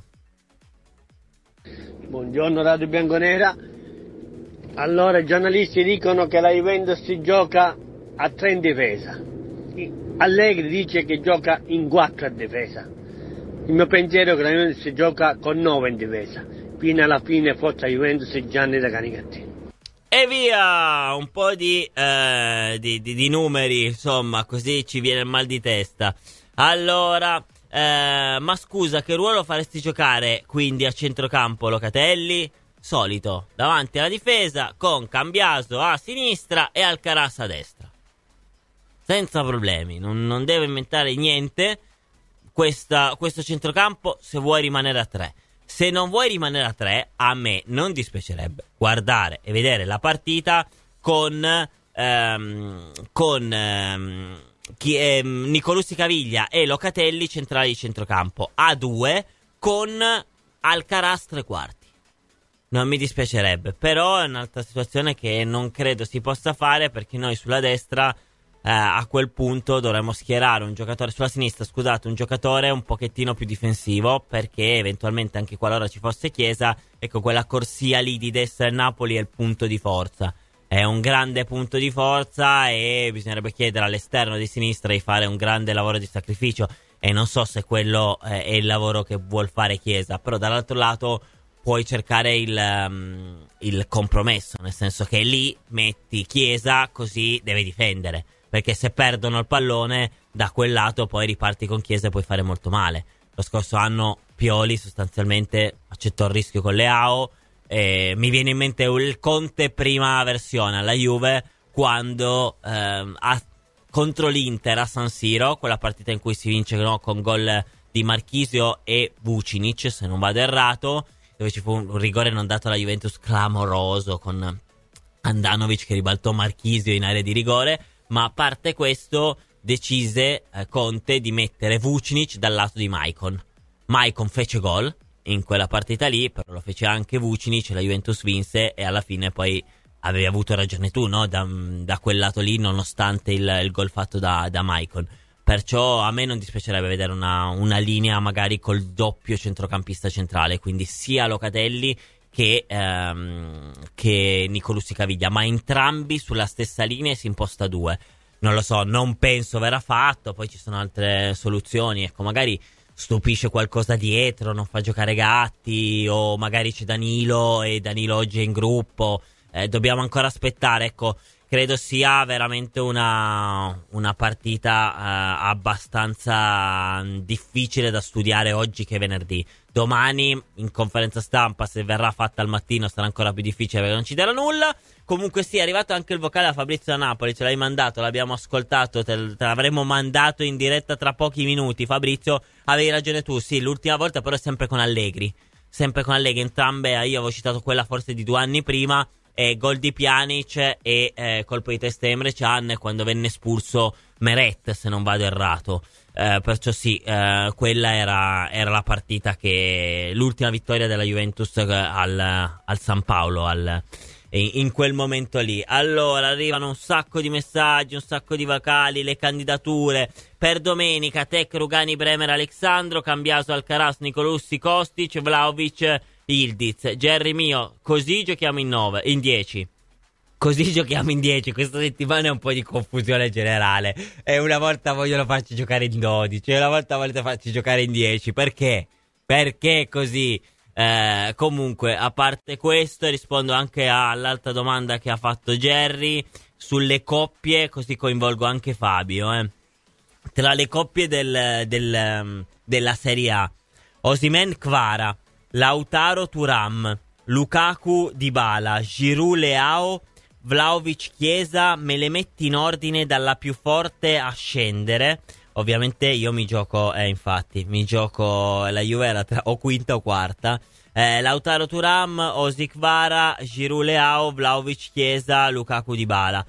Buongiorno Radio Bianconera. Allora, i giornalisti dicono che la Juventus si gioca a tre in difesa. Allegri dice che gioca in quattro a difesa. Il mio pensiero è che la Juventus si gioca con nove in difesa. Fino alla fine forza Juventus e Gianni da Canicattì. E via, un po' di, eh, di, di, di numeri, insomma, così ci viene il mal di testa. Allora, eh, ma scusa, che ruolo faresti giocare quindi a centrocampo Locatelli? Solito, davanti alla difesa, con Cambiaso a sinistra e Alcaraz a destra. Senza problemi, non, non deve inventare niente questa, questo centrocampo se vuoi rimanere a tre. Se non vuoi rimanere a tre, a me non dispiacerebbe guardare e vedere la partita con ehm, con ehm, chi, ehm, Nicolussi Caviglia e Locatelli centrali di centrocampo a due, con Alcaraz tre quarti. Non mi dispiacerebbe, però è un'altra situazione che non credo si possa fare, perché noi sulla destra eh, a quel punto dovremmo schierare un giocatore sulla sinistra, scusate, un giocatore un pochettino più difensivo, perché eventualmente anche qualora ci fosse Chiesa, ecco, quella corsia lì di destra del Napoli è il punto di forza. È un grande punto di forza e bisognerebbe chiedere all'esterno di sinistra di fare un grande lavoro di sacrificio, e non so se quello eh, è il lavoro che vuol fare Chiesa, però dall'altro lato puoi cercare il, um, il compromesso, nel senso che lì metti Chiesa, così deve difendere, perché se perdono il pallone da quel lato poi riparti con Chiesa e puoi fare molto male. Lo scorso anno Pioli sostanzialmente accettò il rischio con Leao. Eh, mi viene in mente il Conte prima versione alla Juve, quando ehm, a, contro l'Inter a San Siro, quella partita in cui si vince, no, con gol di Marchisio e Vucinic, se non vado errato, dove ci fu un rigore non dato alla Juventus clamoroso con Andanovic che ribaltò Marchisio in area di rigore, ma a parte questo decise eh, Conte di mettere Vucinic dal lato di Maicon. Maicon fece gol in quella partita lì, però lo fece anche Vucinic, la Juventus vinse e alla fine poi avevi avuto ragione tu, no? Da, da quel lato lì, nonostante il, il gol fatto da, da Maicon. Perciò a me non dispiacerebbe vedere una, una linea magari col doppio centrocampista centrale, quindi sia Locatelli che, ehm, che Nicolussi Caviglia, ma entrambi sulla stessa linea e si imposta due. Non lo so, non penso verrà fatto, poi ci sono altre soluzioni, ecco, magari stupisce qualcosa dietro, non fa giocare Gatti, o magari c'è Danilo e Danilo oggi è in gruppo, eh, dobbiamo ancora aspettare, ecco. Credo sia veramente una, una partita eh, abbastanza difficile da studiare oggi che è venerdì. Domani in conferenza stampa, se verrà fatta al mattino, sarà ancora più difficile perché non ci darà nulla. Comunque sì, è arrivato anche il vocale a Fabrizio da Napoli, ce l'hai mandato, l'abbiamo ascoltato, te, te l'avremo mandato in diretta tra pochi minuti. Fabrizio, avevi ragione tu, sì, l'ultima volta però è sempre con Allegri. Sempre con Allegri, entrambe, io avevo citato quella forse di due anni prima, e gol di Pjanic e eh, colpo di testa Emre Can quando venne espulso Meret, se non vado errato. Eh, perciò sì, eh, quella era, era la partita che l'ultima vittoria della Juventus al, al San Paolo al, in, in quel momento lì. Allora arrivano un sacco di messaggi, un sacco di vocali, le candidature per domenica: Tec, Rugani, Bremer, Alexandro, Cambiaso, Alcaraz, Nicolussi, Kostic, Vlahovic, Ildiz. Jerry mio, così giochiamo in nove, in dieci. Così giochiamo in dieci. Questa settimana è un po' di confusione generale. E una volta vogliono farci giocare in dodici, e una volta vogliono farci giocare in dieci. Perché? Perché così? Eh, comunque, a parte questo, rispondo anche all'altra domanda che ha fatto Jerry sulle coppie, così coinvolgo anche Fabio. Eh. Tra le coppie del, del, della Serie A: Osimhen Kvara, Lautaro Thuram, Lukaku Dybala, Giroud Leao, Vlahovic Chiesa. Me le metti in ordine dalla più forte a scendere. Ovviamente io mi gioco, eh infatti, mi gioco la Juve era tra, o quinta o quarta. Eh, Lautaro Thuram, Osi Kvara, Giroud Leao, Vlahovic Chiesa, Lukaku Dybala.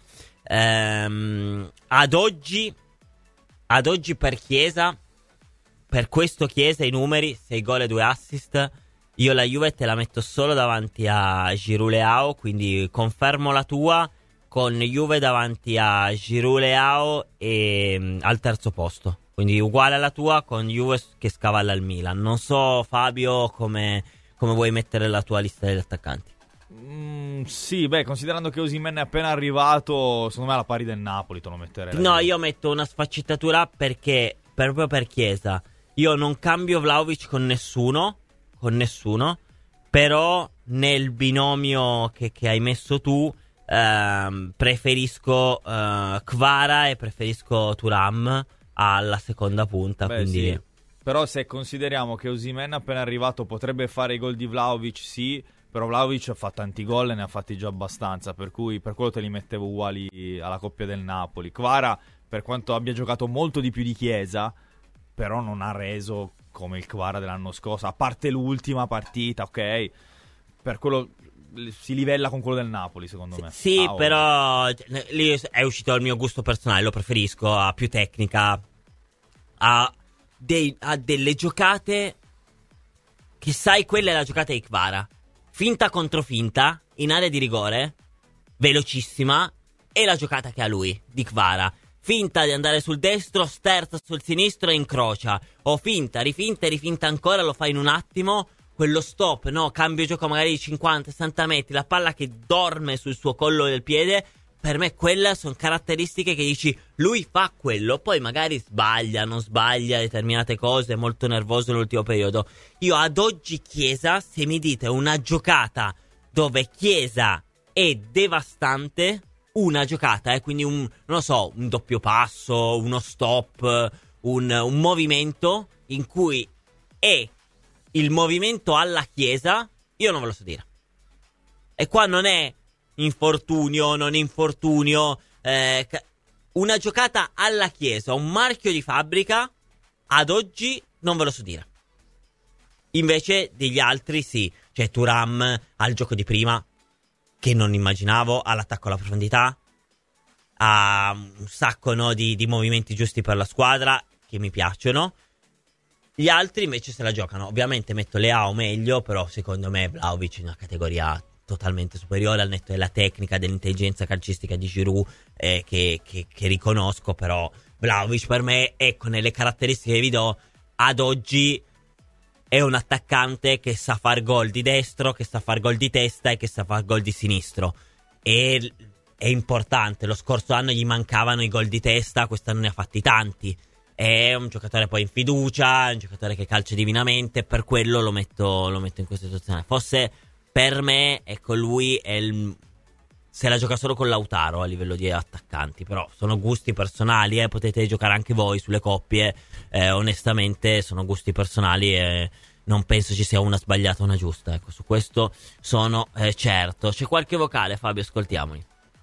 Ehm, ad oggi, ad oggi per Chiesa, per questo Chiesa i numeri, sei gol e due assist. Io la Juve te la metto solo davanti a Giroud Leao, quindi confermo la tua con Juve davanti a Giroud Leao e mh, al terzo posto. Quindi uguale alla tua con Juve che scavalla il Milan. Non so Fabio come, come vuoi mettere la tua lista degli attaccanti. Mm, sì, beh, considerando che Osimhen è appena arrivato, secondo me alla pari del Napoli te lo metterei. No, io metto una sfaccettatura perché, proprio per Chiesa, io non cambio Vlahovic con nessuno. Con nessuno, però nel binomio che, che hai messo tu ehm, preferisco eh, Kvara e preferisco Thuram alla seconda punta. Beh, quindi sì. Però se consideriamo che Osimhen appena arrivato potrebbe fare i gol di Vlahovic, sì, però Vlahovic fa tanti gol e ne ha fatti già abbastanza, per cui per quello te li mettevo uguali alla coppia del Napoli. Kvara, per quanto abbia giocato molto di più di Chiesa, però non ha reso come il Kvara dell'anno scorso, a parte l'ultima partita, ok? Per quello si livella con quello del Napoli, secondo me. Sì, ah, però lì è uscito il mio gusto personale, lo preferisco, ha più tecnica, ha, dei, ha delle giocate che sai, quella è la giocata di Kvara. Finta contro finta, in area di rigore, velocissima, è la giocata che ha lui, di Kvara. finta di andare sul destro, sterza sul sinistro e incrocia, o finta, rifinta e rifinta ancora, lo fa in un attimo, quello stop, no, cambio gioco magari di cinquanta sessanta metri, la palla che dorme sul suo collo del piede, per me quelle sono caratteristiche che dici, lui fa quello, poi magari sbaglia, non sbaglia determinate cose, è molto nervoso nell'ultimo periodo. Io ad oggi Chiesa, se mi dite una giocata dove Chiesa è devastante, una giocata, eh, quindi un, non lo so, un doppio passo, uno stop, un, un movimento in cui è il movimento alla Chiesa, io non ve lo so dire. E qua non è infortunio, non infortunio, eh, una giocata alla Chiesa, un marchio di fabbrica, ad oggi non ve lo so dire. Invece degli altri sì, c'è Thuram al gioco di prima, che non immaginavo, all'attacco alla profondità, ha un sacco, no, di, di movimenti giusti per la squadra, che mi piacciono. Gli altri invece se la giocano. Ovviamente metto Leao meglio, però secondo me Vlahovic è una categoria totalmente superiore, al netto della tecnica, dell'intelligenza calcistica di Giroud, eh, che, che, che riconosco, però Vlahovic per me, ecco, nelle caratteristiche che vi do, ad oggi è un attaccante che sa far gol di destro, che sa far gol di testa e che sa far gol di sinistro. E è importante, lo scorso anno gli mancavano i gol di testa, quest'anno ne ha fatti tanti. È un giocatore poi in fiducia, è un giocatore che calcia divinamente, per quello lo metto, lo metto in questa situazione. Forse per me, ecco, lui è il, se la gioca solo con Lautaro a livello di attaccanti, però sono gusti personali, eh, potete giocare anche voi sulle coppie, eh, onestamente sono gusti personali e non penso ci sia una sbagliata o una giusta, ecco, su questo sono eh, certo. C'è qualche vocale, Fabio, ascoltiamoli.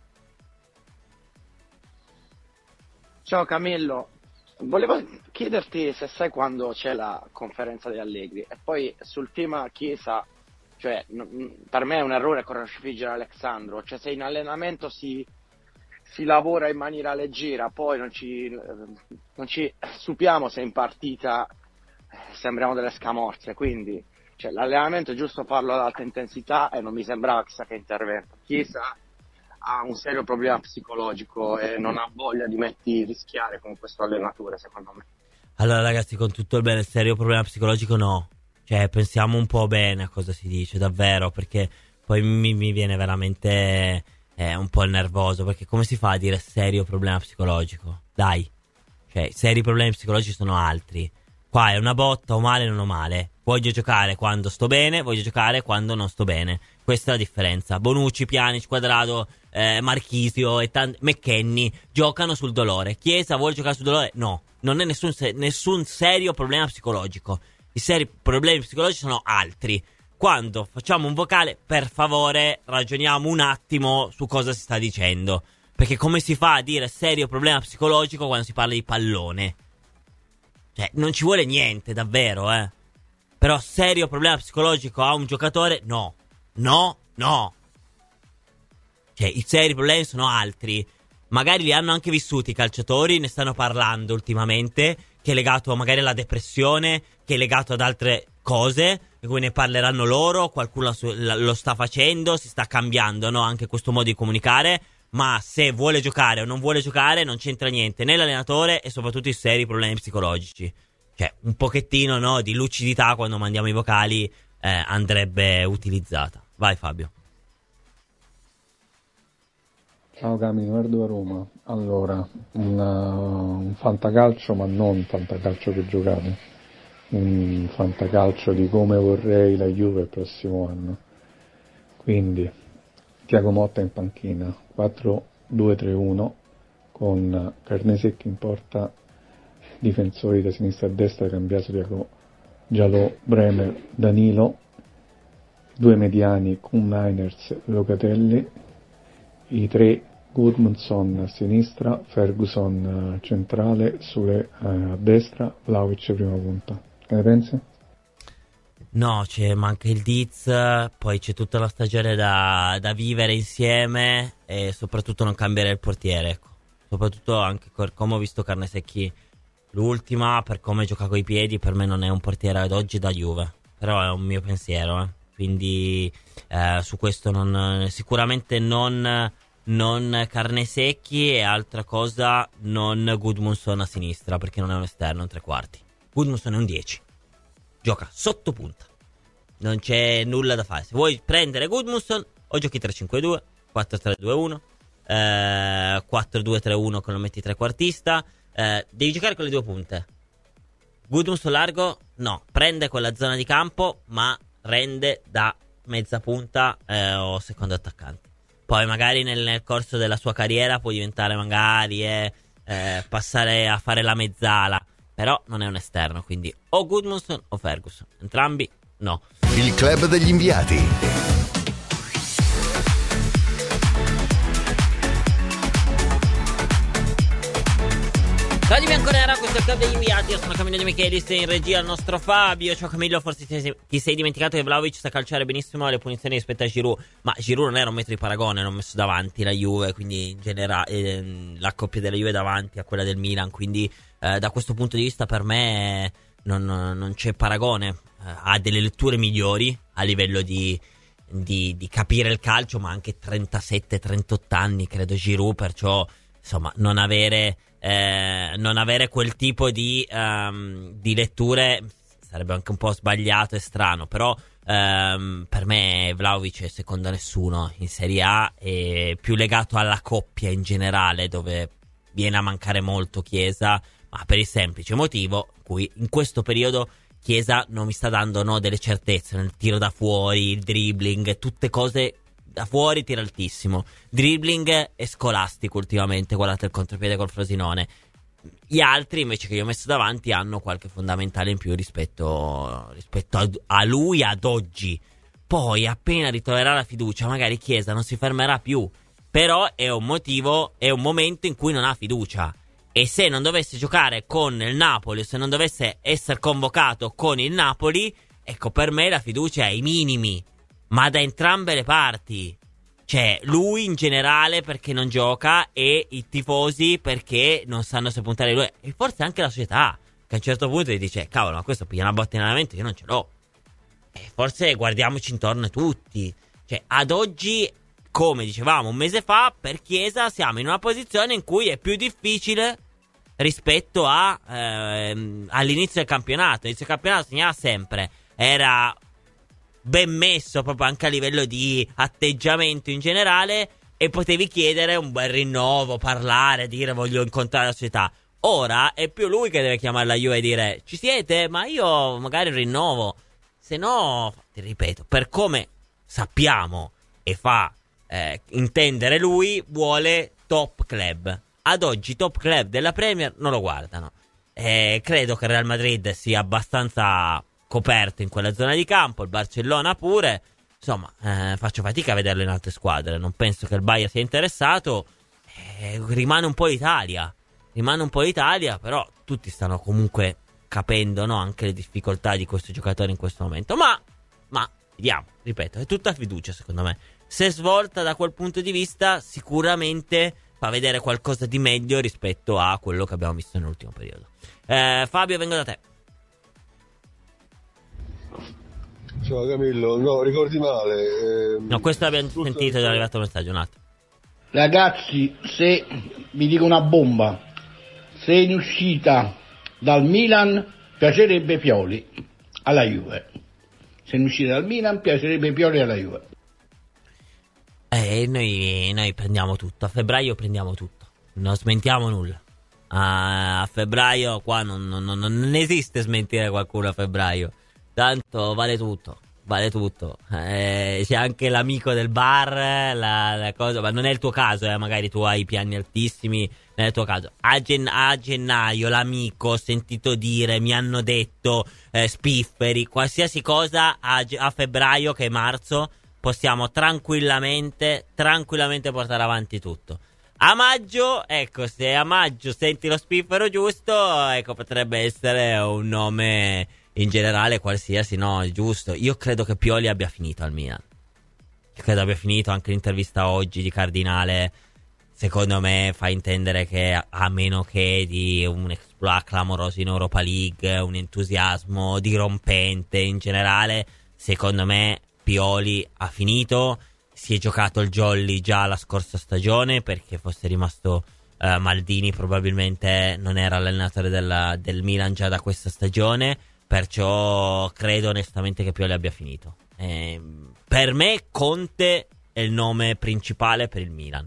Ciao Camillo, volevo chiederti se sai quando c'è la conferenza di Allegri, e poi sul tema Chiesa, cioè n- per me è un errore crocifiggere Alexandro, cioè se in allenamento si, si lavora in maniera leggera, poi non ci, non ci stupiamo se in partita sembriamo delle scamorze, quindi cioè, l'allenamento è giusto farlo ad alta intensità e non mi sembrava chissà che intervento. Chiesa ha un serio problema psicologico e non ha voglia di metti rischiare con questo allenatore, secondo me. Allora ragazzi, con tutto il bene, serio problema psicologico no, cioè pensiamo un po' bene a cosa si dice davvero, perché poi mi, mi viene veramente eh, un po' nervoso, perché come si fa a dire serio problema psicologico? Dai, cioè seri problemi psicologici sono altri. Qua è una botta, o male non o male. Voglio giocare quando sto bene, voglio giocare quando non sto bene. Questa è la differenza. Bonucci, Pjanic, Quadrado, eh, Marchisio e tanti, McKennie giocano sul dolore. Chiesa vuole giocare sul dolore? No, non è nessun, se- nessun serio problema psicologico. I seri problemi psicologici sono altri. Quando facciamo un vocale, per favore, ragioniamo un attimo su cosa si sta dicendo. Perché come si fa a dire serio problema psicologico quando si parla di pallone? Cioè, non ci vuole niente, davvero, eh. Però serio problema psicologico a un giocatore? No. No, no. Cioè, i seri problemi sono altri. Magari li hanno anche vissuti i calciatori, ne stanno parlando ultimamente, che è legato magari alla depressione, che è legato ad altre cose, di cui ne parleranno loro, qualcuno lo sta facendo, si sta cambiando, no? Anche questo modo di comunicare. Ma se vuole giocare o non vuole giocare non c'entra niente, né l'allenatore e soprattutto i seri problemi psicologici. Cioè un pochettino, no, di lucidità quando mandiamo i vocali eh, andrebbe utilizzata. Vai Fabio. Ciao Cami, Nerdo a Roma. Allora, una, un fantacalcio, ma non un fantacalcio che giocate, un fantacalcio di come vorrei la Juve il prossimo anno. Quindi Thiago Motta in panchina, quattro due tre uno, con Carnesecchi in porta, difensori da sinistra a destra, Cambiaso, Diaco, Giallo, Bremer, Danilo, due mediani, Kuhn, Niners, Locatelli, i tre Gudmundsson a sinistra, Ferguson centrale, Sule a destra, Vlahovic prima punta. Che ne pensi? No, c'è manca il Diz, poi c'è tutta la stagione da, da vivere insieme e soprattutto non cambiare il portiere, ecco. Soprattutto anche per come ho visto Carnesecchi l'ultima, per come gioca coi piedi, per me non è un portiere ad oggi da Juve, però è un mio pensiero, eh. Quindi eh, su questo non, sicuramente non non Carnesecchi, e altra cosa non Gudmundsson a sinistra, perché non è un esterno, un tre quarti. Gudmundsson è un dieci, gioca sotto punta, non c'è nulla da fare. Se vuoi prendere Gudmundsson o giochi tre cinque due, quattro tre due uno, eh, quattro due tre uno che lo metti trequartista, eh, devi giocare con le due punte. Gudmundsson largo no, prende quella zona di campo ma rende da mezza punta eh, o secondo attaccante. Poi magari nel, nel corso della sua carriera può diventare magari eh, eh, passare a fare la mezzala, però non è un esterno, quindi o Gudmundsson o Ferguson, entrambi no. Il club degli inviati. Radio Bianconera, questo è il club degli inviati. Io sono Camillo De Michelis, in regia il nostro Fabio. Ciao Camillo, forse ti sei, ti sei dimenticato che Vlahovic sa calciare benissimo le punizioni rispetto a Giroud, ma Giroud non era un metro di paragone, non messo davanti la Juve, quindi in generale eh, la coppia della Juve davanti a quella del Milan, quindi eh, da questo punto di vista per me non, non c'è paragone. Eh, ha delle letture migliori a livello di, di, di capire il calcio, ma anche trentasette trentotto anni credo Giroud, perciò insomma non avere Eh, non avere quel tipo di, um, di letture sarebbe anche un po' sbagliato e strano, però um, per me Vlahovic è secondo nessuno in Serie A, e più legato alla coppia in generale, dove viene a mancare molto Chiesa, ma per il semplice motivo in cui in questo periodo Chiesa non mi sta dando no, delle certezze nel tiro da fuori, il dribbling, tutte cose da fuori, tira altissimo, dribbling è scolastico ultimamente, guardate il contropiede col Frosinone. Gli altri invece che io ho messo davanti hanno qualche fondamentale in più rispetto, rispetto a, a lui ad oggi. Poi appena ritroverà la fiducia magari Chiesa non si fermerà più, però è un motivo, è un momento in cui non ha fiducia, e se non dovesse giocare con il Napoli, se non dovesse essere convocato con il Napoli, ecco, per me la fiducia è ai minimi, ma da entrambe le parti. Cioè, lui in generale perché non gioca, e i tifosi perché non sanno se puntare lui, e forse anche la società, che a un certo punto gli dice cavolo, ma questo piglia una botta in allenamento, io non ce l'ho, e forse guardiamoci intorno tutti. Cioè, ad oggi, come dicevamo un mese fa, per Chiesa siamo in una posizione in cui è più difficile rispetto a ehm, all'inizio del campionato. L'inizio del campionato segnava sempre, era ben messo proprio anche a livello di atteggiamento in generale, e potevi chiedere un bel rinnovo, parlare, dire voglio incontrare la società. Ora è più lui che deve chiamare la Juve e dire ci siete? Ma io magari rinnovo, se no, ti ripeto, per come sappiamo e fa eh, intendere lui, vuole top club. Ad oggi top club della Premier non lo guardano, eh, credo che il Real Madrid sia abbastanza coperto in quella zona di campo, il Barcellona pure, insomma eh, faccio fatica a vederlo in altre squadre, non penso che il Bayern sia interessato, eh, rimane un po' l'Italia, rimane un po' l'Italia, però tutti stanno comunque capendo, no, anche le difficoltà di questo giocatore in questo momento, ma, ma vediamo, ripeto, è tutta fiducia secondo me, se svolta da quel punto di vista sicuramente fa vedere qualcosa di meglio rispetto a quello che abbiamo visto nell'ultimo periodo. eh, Fabio, vengo da te. Ciao Camillo, no, ricordi male. Ehm, no, questo l'abbiamo sentito ed è arrivato il messaggio, un attimo. Ragazzi, se vi dico una bomba, se in uscita dal Milan piacerebbe Pioli alla Juve. Se in uscita dal Milan piacerebbe Pioli alla Juve. Eh, noi, noi prendiamo tutto, a febbraio prendiamo tutto, non smentiamo nulla. A, a febbraio qua non, non, non, non esiste smentire qualcuno a febbraio. Tanto vale tutto, vale tutto. Eh, c'è anche l'amico del bar, la, la cosa, ma non è il tuo caso, eh, magari tu hai piani altissimi, non è il tuo caso. A, gen- a gennaio l'amico, ho sentito dire, mi hanno detto, eh, spifferi, qualsiasi cosa a, a febbraio che è marzo, possiamo tranquillamente, tranquillamente portare avanti tutto. A maggio, ecco, se a maggio senti lo spiffero giusto, ecco, potrebbe essere un nome in generale qualsiasi, no, giusto. Io credo che Pioli abbia finito al Milan, io credo abbia finito. Anche l'intervista oggi di Cardinale secondo me fa intendere che a meno che di un exploit clamoroso in Europa League, un entusiasmo dirompente in generale, secondo me Pioli ha finito. si è giocato il jolly già la scorsa stagione, perché fosse rimasto uh, Maldini probabilmente non era l'allenatore della, del Milan già da questa stagione, perciò credo onestamente che Pioli abbia finito. Eh, per me Conte è il nome principale per il Milan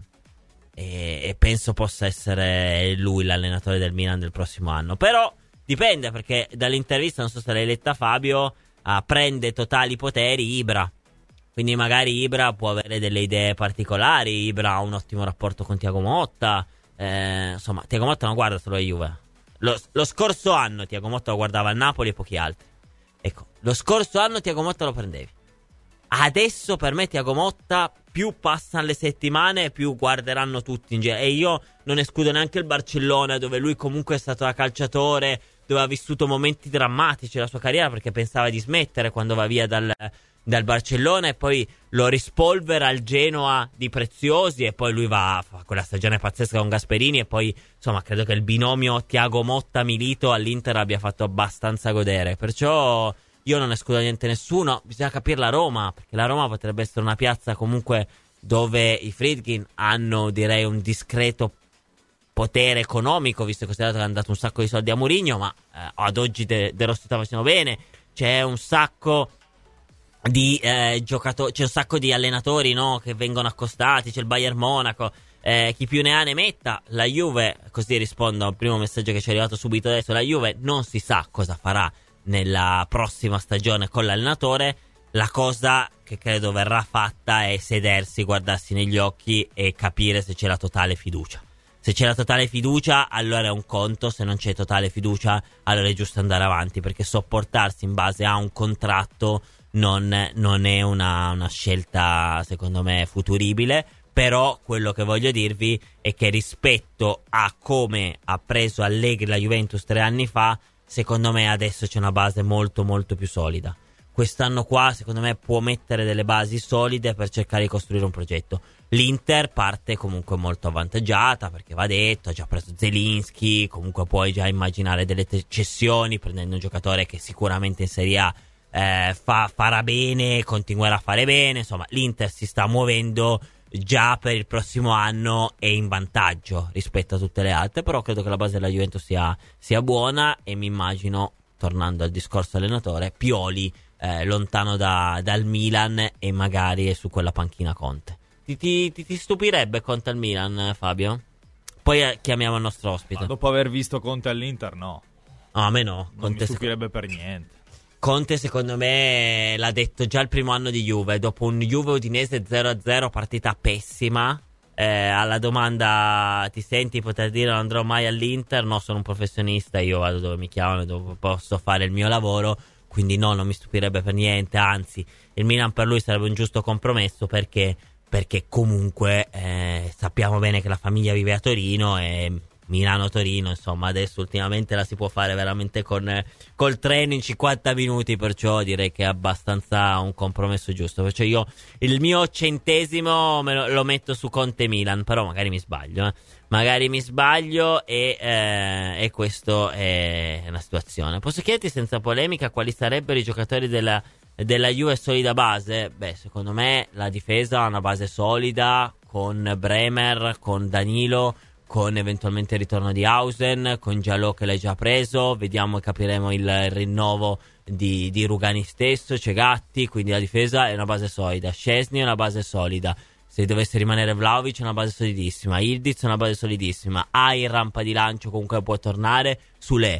e, e penso possa essere lui l'allenatore del Milan del prossimo anno, però dipende, perché dall'intervista, non so se l'hai letta Fabio, uh, prende totali poteri Ibra. Quindi magari Ibra può avere delle idee particolari, Ibra ha un ottimo rapporto con Thiago Motta, eh, insomma Thiago Motta non guarda solo la Juve. Lo, lo scorso anno Thiago Motta lo guardava il Napoli e pochi altri. Ecco, lo scorso anno Thiago Motta lo prendevi. Adesso per me Thiago Motta, più passano le settimane, più guarderanno tutti in giro. E io non escludo neanche il Barcellona, dove lui comunque è stato da calciatore, dove ha vissuto momenti drammatici della sua carriera, perché pensava di smettere quando va via dal... dal Barcellona, e poi lo rispolvera al Genoa di Preziosi, e poi lui va, fa quella stagione pazzesca con Gasperini, e poi insomma credo che il binomio Thiago Motta-Milito all'Inter abbia fatto abbastanza godere, perciò io non escludo niente nessuno. Bisogna capire la Roma, perché la Roma potrebbe essere una piazza comunque dove i Friedkin hanno, direi, un discreto potere economico, visto che considerato che hanno dato un sacco di soldi a Mourinho, ma eh, ad oggi De, De Rossi sta facendo bene, c'è un sacco di eh, giocatori, c'è un sacco di allenatori, no, che vengono accostati, c'è il Bayern Monaco, eh, chi più ne ha ne metta. La Juve, così rispondo al primo messaggio che ci è arrivato subito adesso, la Juve non si sa cosa farà nella prossima stagione con l'allenatore. La cosa che credo verrà fatta è sedersi, guardarsi negli occhi e capire se c'è la totale fiducia. Se c'è la totale fiducia, allora è un conto; se non c'è totale fiducia, allora è giusto andare avanti, perché sopportarsi in base a un contratto Non, non è una, una scelta secondo me futuribile. Però quello che voglio dirvi è che rispetto a come ha preso Allegri la Juventus tre anni fa, secondo me adesso c'è una base molto molto più solida. Quest'anno qua secondo me può mettere delle basi solide per cercare di costruire un progetto. L'Inter parte comunque molto avvantaggiata, perché va detto, ha già preso Zelinski, comunque puoi già immaginare delle te- cessioni, prendendo un giocatore che sicuramente in Serie A Eh, fa, farà bene, continuerà a fare bene. Insomma, l'Inter si sta muovendo già per il prossimo anno, è in vantaggio rispetto a tutte le altre. Però credo che la base della Juventus sia, sia buona, e mi immagino, tornando al discorso allenatore, Pioli eh, lontano da, dal Milan, e magari su quella panchina Conte. Ti, ti, ti, ti stupirebbe Conte al Milan, Fabio? Poi eh, chiamiamo il nostro ospite. Ma dopo aver visto Conte all'Inter, no. No, a me no. Non Conte mi stupirebbe per niente. Conte secondo me l'ha detto già il primo anno di Juve, dopo un Juve Udinese zero a zero, partita pessima. Eh, alla domanda ti senti poter dire non andrò mai all'Inter, no, sono un professionista, io vado dove mi chiamano, dove posso fare il mio lavoro, quindi no, non mi stupirebbe per niente. Anzi, il Milan per lui sarebbe un giusto compromesso, perché, perché comunque eh, sappiamo bene che la famiglia vive a Torino, e Milano-Torino, insomma, adesso ultimamente la si può fare veramente con col treno in cinquanta minuti, perciò direi che è abbastanza un compromesso giusto. Perciò io il mio centesimo me lo, lo metto su Conte-Milan, però magari mi sbaglio, eh. magari mi sbaglio e, eh, e questo è una situazione. Posso chiederti senza polemica quali sarebbero i giocatori della, della Juve solida base? Beh, secondo me la difesa ha una base solida, con Bremer, con Danilo, con eventualmente il ritorno di Hausen, con Giallo che l'hai già preso, vediamo e capiremo il, il rinnovo di, di Rugani stesso, c'è Gatti, quindi la difesa è una base solida, Szczesny è una base solida, se dovesse rimanere Vlahovic è una base solidissima, Ildiz è una base solidissima, hai in rampa di lancio, comunque può tornare, Sule,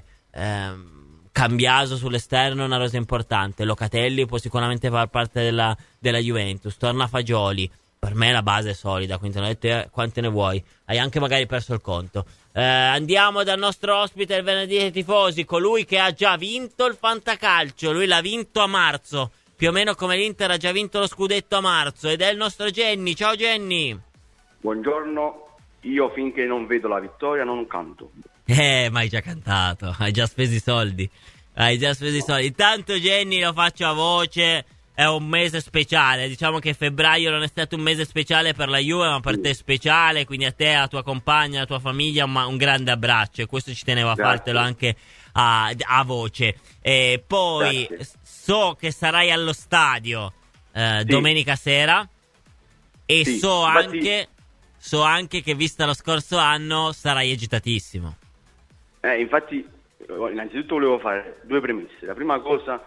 ehm, Cambiaso sull'esterno è una rosa importante, Locatelli può sicuramente far parte della, della Juventus, torna Fagioli. Per me la base è solida, quindi non te quante ne vuoi. Hai anche magari perso il conto. Eh, andiamo dal nostro ospite il venerdì dei tifosi, colui che ha già vinto il fantacalcio. Lui l'ha vinto a marzo, più o meno come l'Inter ha già vinto lo scudetto a marzo, ed è il nostro Genny. Ciao Genny. Buongiorno, io finché non vedo la vittoria non canto. Eh, ma hai già cantato, hai già speso i soldi. Hai già speso i soldi. Intanto Genny lo faccio a voce. È un mese speciale, diciamo che febbraio non è stato un mese speciale per la Juve, ma per te è speciale, quindi a te, alla tua compagna, alla tua famiglia un, un grande abbraccio, e questo ci tenevo a Grazie. fartelo anche a, a voce. E poi Grazie. so che sarai allo stadio eh, sì. domenica sera. E Sì, so infatti- anche so anche che vista lo scorso anno sarai agitatissimo. Eh, infatti, innanzitutto volevo fare due premesse. La prima cosa,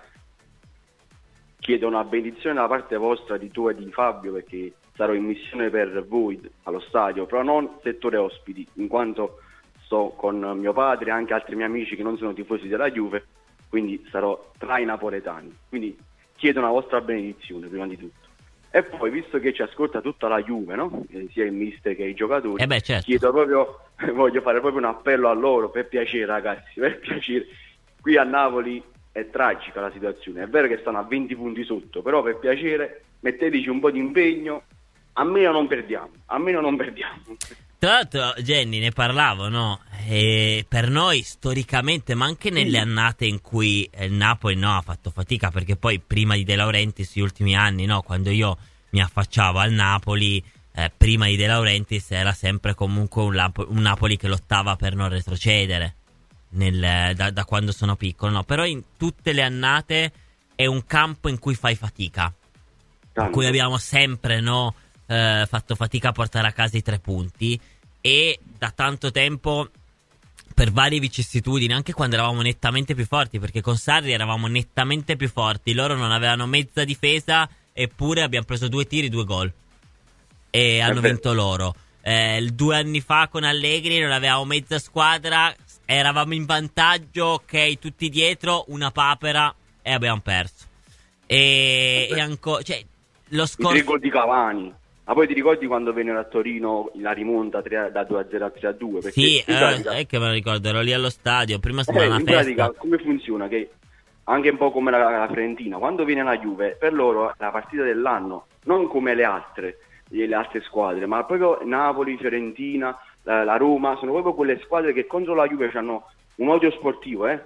chiedo una benedizione da parte vostra, di tu e di Fabio, perché sarò in missione per voi allo stadio, però non settore ospiti, in quanto sto con mio padre e anche altri miei amici che non sono tifosi della Juve, quindi sarò tra i napoletani. Quindi chiedo una vostra benedizione prima di tutto. E poi, visto che ci ascolta tutta la Juve, no? Eh, sia il mister che i giocatori, Eh beh, certo. chiedo proprio, voglio fare proprio un appello a loro, per piacere ragazzi, per piacere. Qui a Napoli è tragica la situazione, è vero che stanno a venti punti sotto, però per piacere metteteci un po' di impegno, almeno non perdiamo, almeno non perdiamo. Tra l'altro, Jenny, ne parlavo, no? E per noi storicamente, ma anche nelle annate in cui il Napoli no, ha fatto fatica, perché poi prima di De Laurentiis, gli ultimi anni, no, quando io mi affacciavo al Napoli, eh, prima di De Laurentiis era sempre comunque un, Lapo- un Napoli che lottava per non retrocedere nel, da, da quando sono piccolo, no? Però in tutte le annate è un campo in cui fai fatica, in cui abbiamo sempre, no? Eh, fatto fatica a portare a casa i tre punti, e da tanto tempo, per varie vicissitudini, anche quando eravamo nettamente più forti, perché con Sarri eravamo nettamente più forti, loro non avevano mezza difesa, eppure abbiamo preso due tiri, due gol e hanno vinto loro. Eh, due anni fa con Allegri non avevamo mezza squadra, eravamo in vantaggio, ok, tutti dietro, una papera, e abbiamo perso. E, e ancora, cioè, lo I scorso... tre gol di Cavani. Ma poi ti ricordi quando vennero a Torino la rimonta tre, da due a zero a tre a due? Perché Sì, in eh, pratica, è che me lo ricordo, ero lì allo stadio, prima eh, sembrava in una festa. pratica come funziona? Che anche un po' come la, la Fiorentina, quando viene la Juve, per loro è la partita dell'anno, non come le altre, le altre squadre, ma proprio Napoli, Fiorentina, la, la Roma, sono proprio quelle squadre che contro la Juve hanno un odio sportivo, eh?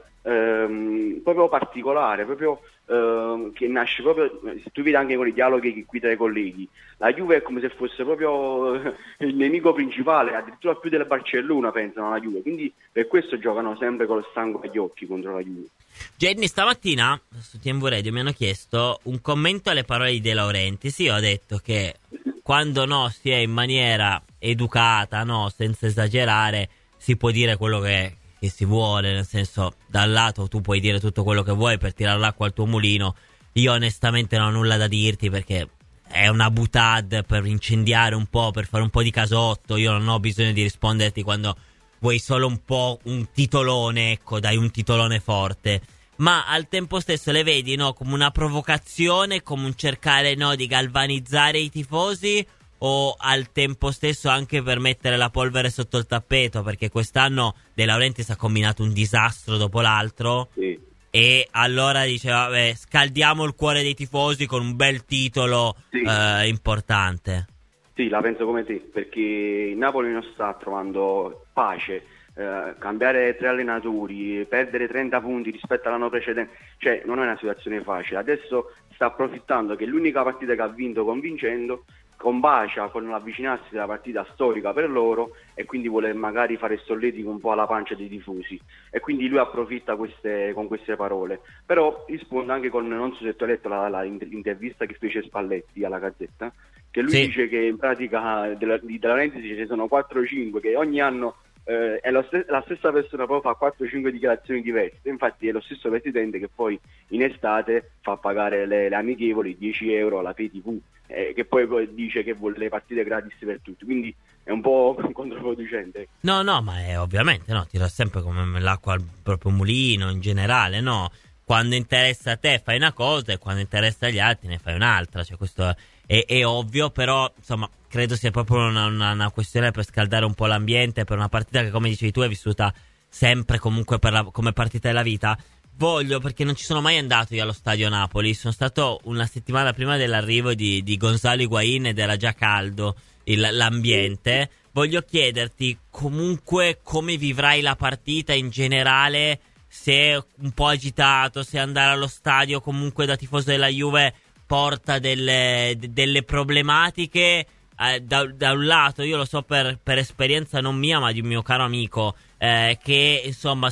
Ehm, proprio particolare, proprio ehm, che nasce proprio, se tu vedi anche con i dialoghi qui tra i colleghi, la Juve è come se fosse proprio il nemico principale, addirittura più della Barcellona pensano alla Juve, quindi per questo giocano sempre con il sangue agli occhi contro la Juve. Jenny, stamattina su T M V Radio mi hanno chiesto un commento alle parole di De Laurentiis. Io ho detto che quando no si è in maniera educata, no, senza esagerare, si può dire quello che, che si vuole, nel senso, dal lato tu puoi dire tutto quello che vuoi per tirare l'acqua al tuo mulino. Io onestamente non ho nulla da dirti, perché è una boutade per incendiare un po', per fare un po' di casotto. Io non ho bisogno di risponderti quando vuoi solo un po' un titolone, ecco, dai, un titolone forte. Ma al tempo stesso le vedi, no, come una provocazione, come un cercare, no, di galvanizzare i tifosi, o al tempo stesso anche per mettere la polvere sotto il tappeto, perché quest'anno De Laurentiis ha combinato un disastro dopo l'altro. Sì. E allora diceva, vabbè, scaldiamo il cuore dei tifosi con un bel titolo, Sì. eh, importante. Sì, la penso come te, perché il Napoli non sta trovando pace, eh, cambiare tre allenatori, perdere trenta punti rispetto all'anno precedente, cioè non è una situazione facile. Adesso sta approfittando che l'unica partita che ha vinto convincendo combacia con l'avvicinarsi della partita storica per loro, e quindi vuole magari fare solletico un po' alla pancia dei tifosi, e quindi lui approfitta queste, con queste parole. Però risponde anche con, non so se tu hai letto la, la intervista che fece Spalletti alla Gazzetta, che lui Sì. dice che in pratica della, di De Laurentiis ci sono quattro o cinque, che ogni anno eh, è lo st- la stessa persona, però fa quattro o cinque dichiarazioni diverse. Infatti è lo stesso presidente che poi in estate fa pagare le, le amichevoli dieci euro alla Pay T V, eh, che poi, poi dice che vuole le partite gratis per tutti, quindi è un po' controproducente. No, no, ma è ovviamente, no, tira sempre come l'acqua al proprio mulino, in generale, no? Quando interessa a te fai una cosa, e quando interessa agli altri ne fai un'altra, cioè questo è, è ovvio, però insomma credo sia proprio una, una, una questione per scaldare un po' l'ambiente per una partita che, come dicevi tu, è vissuta sempre comunque per la, come partita della vita. Voglio, perché non ci sono mai andato io allo stadio Napoli, sono stato una settimana prima dell'arrivo di, di Gonzalo Higuaín ed era già caldo il, l'ambiente. Voglio chiederti comunque come vivrai la partita in generale, se un po' agitato, se andare allo stadio comunque da tifoso della Juve porta delle, delle problematiche. Eh, da, da un lato io lo so per, per esperienza non mia ma di un mio caro amico, eh, che insomma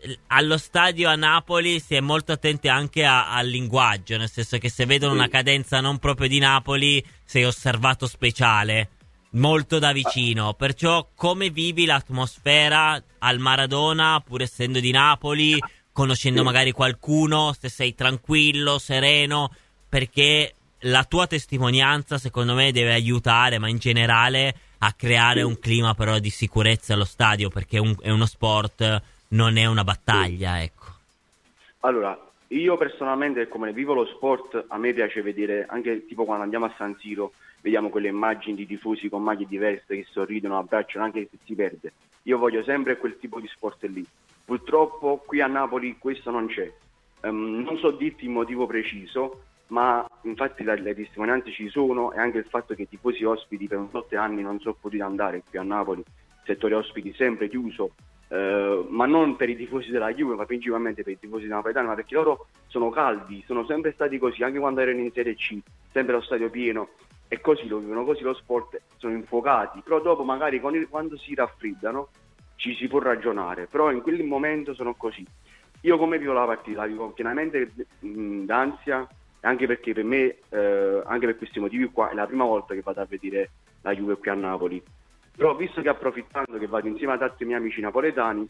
allo stadio a Napoli si è molto attenti anche a, al linguaggio, nel senso che se vedono Sì. una cadenza non proprio di Napoli sei osservato speciale, molto da vicino. Perciò come vivi l'atmosfera al Maradona, pur essendo di Napoli, conoscendo Sì. magari qualcuno, se sei tranquillo, sereno, perché la tua testimonianza secondo me deve aiutare, ma in generale a creare Sì. un clima però di sicurezza allo stadio, perché è, un- è uno sport, non è una battaglia, ecco. Allora, io personalmente, come vivo lo sport, a me piace vedere, anche tipo quando andiamo a San Siro, vediamo quelle immagini di tifosi con maglie diverse che sorridono, abbracciano, anche se si perde. Io voglio sempre quel tipo di sport lì. Purtroppo qui a Napoli questo non c'è. Ehm, non so dirti il motivo preciso, ma infatti le, le testimonianze ci sono, e anche il fatto che i tifosi ospiti per un tot anni non sono potuti andare qui a Napoli, settore ospiti sempre chiuso, eh, ma non per i tifosi della Juve, ma principalmente per i tifosi napoletani, ma perché loro sono caldi, sono sempre stati così, anche quando erano in Serie C, sempre lo stadio pieno, e così lo vivono, così lo sport, sono infuocati, però dopo magari con il, quando si raffreddano ci si può ragionare, però in quel momento sono così. Io come vivo la partita, la vivo pienamente mh, d'ansia, anche perché per me, eh, anche per questi motivi qua, è la prima volta che vado a vedere la Juve qui a Napoli. Però visto che approfittando che vado insieme ad altri miei amici napoletani,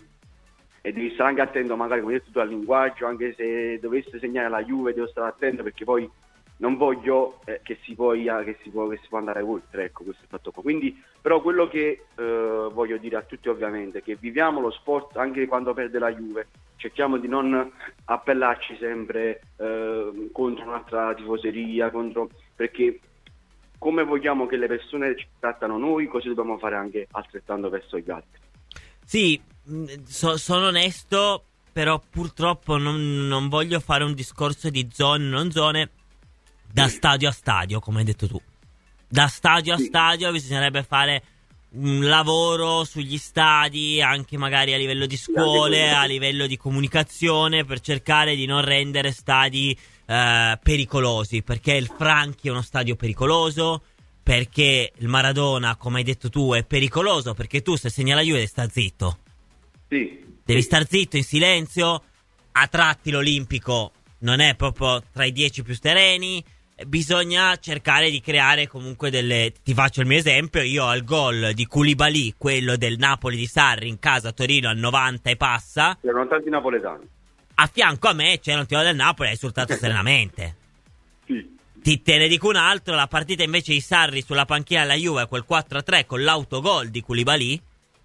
e devi stare anche attento magari, come hai detto tu, al linguaggio, anche se dovesse segnare la Juve devo stare attento, perché poi non voglio eh, che, si voglia, che, si può, che si può andare oltre, ecco, questo è il fatto qua. Quindi, però quello che eh, voglio dire a tutti ovviamente è che viviamo lo sport anche quando perde la Juve, cerchiamo di non appellarci sempre eh, contro un'altra tifoseria, contro, perché come vogliamo che le persone ci trattano noi, così dobbiamo fare anche altrettanto verso gli altri. Sì, mh, so- sono onesto, però purtroppo non, non voglio fare un discorso di zone, non zone, da stadio a stadio, come hai detto tu. Da stadio a Sì. stadio bisognerebbe fare un lavoro sugli stadi, anche magari a livello di scuole, a livello di comunicazione, per cercare di non rendere stadi eh, pericolosi, perché il Franchi è uno stadio pericoloso, perché il Maradona, come hai detto tu, è pericoloso, perché tu se segni la Juve devi star zitto. Sì. Devi star zitto, in silenzio. A tratti l'Olimpico non è proprio tra i dieci più sereni. Bisogna cercare di creare comunque delle... Ti faccio il mio esempio. Io al gol di Koulibaly, quello del Napoli di Sarri in casa a Torino al novanta e passa, C'erano tanti napoletani. a fianco a me c'era un tiro del Napoli e ha esultato serenamente. Sì. Ti te ne dico un altro. La partita invece di Sarri sulla panchina della Juve, quel quattro a tre con l'autogol di Koulibaly,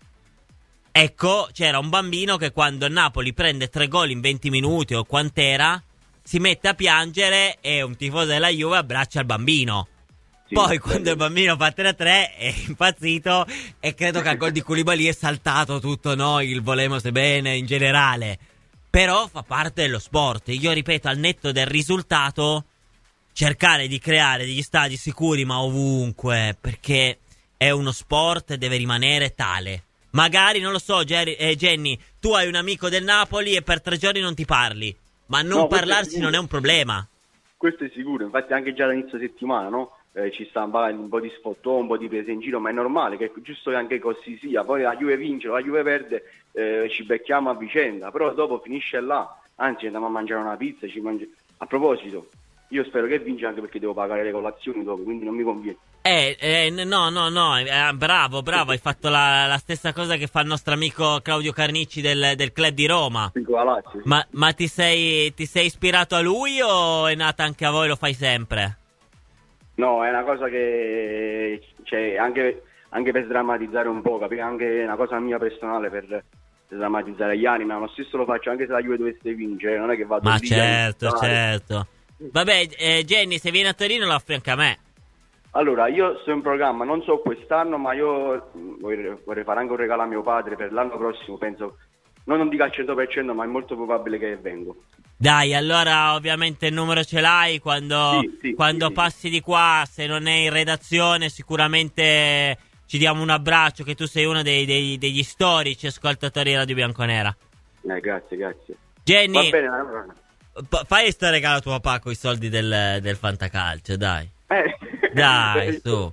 ecco, c'era un bambino che quando il Napoli prende tre gol in venti minuti o quant'era, si mette a piangere e un tifoso della Juve abbraccia il bambino. Sì, Poi sì. quando il bambino fa tre a tre è impazzito, e credo che al gol di Koulibaly è saltato tutto noi, il volemos bene in generale. Però fa parte dello sport. Io ripeto, al netto del risultato, cercare di creare degli stadi sicuri ma ovunque, perché è uno sport e deve rimanere tale. Magari, non lo so, Jerry, eh, Jenny, tu hai un amico del Napoli e per tre giorni non ti parli, ma non No, questo è parlarsi sicuro. non è un problema. Questo è sicuro, infatti anche già dall'inizio settimana, no? Eh, ci sta un po' di spot, un po' di prese in giro, ma è normale, che è giusto che anche così sia. Poi la Juve vince, la Juve perde, eh, ci becchiamo a vicenda, però dopo finisce là, anzi andiamo a mangiare una pizza, ci mangi... A proposito, io spero che vinca, anche perché devo pagare le colazioni dopo, quindi non mi conviene. Eh, eh, no, no, no, eh, bravo, bravo, hai fatto la, la stessa cosa che fa il nostro amico Claudio Carnicci del, del club di Roma. Piccola Lazio, sì. Ma, ma ti sei, ti sei ispirato a lui o è nata anche a voi, lo fai sempre? No, è una cosa che, cioè, anche, anche per sdrammatizzare un po', capire, anche una cosa mia personale per sdrammatizzare gli animi, ma lo stesso lo faccio anche se la Juve dovesse vincere, non è che vado Ma lì a certo, iniziare. certo. Vabbè, eh, Jenny, se vieni a Torino lo offri anche a me. Allora, io sto in programma, non so quest'anno, ma io mh, vorrei, vorrei fare anche un regalo a mio padre per l'anno prossimo, penso, non, non dico al cento per cento, ma è molto probabile che vengo. Dai, allora ovviamente il numero ce l'hai, quando, Sì, sì, quando sì, sì. passi di qua, se non è in redazione, sicuramente ci diamo un abbraccio, che tu sei uno dei, dei- degli storici ascoltatori di Radio Bianconera. Eh, grazie, grazie. Jenny, Va bene, allora. p- fai sto regalo a tuo papà con i soldi del, del Fantacalcio, dai. Eh. Dai, su.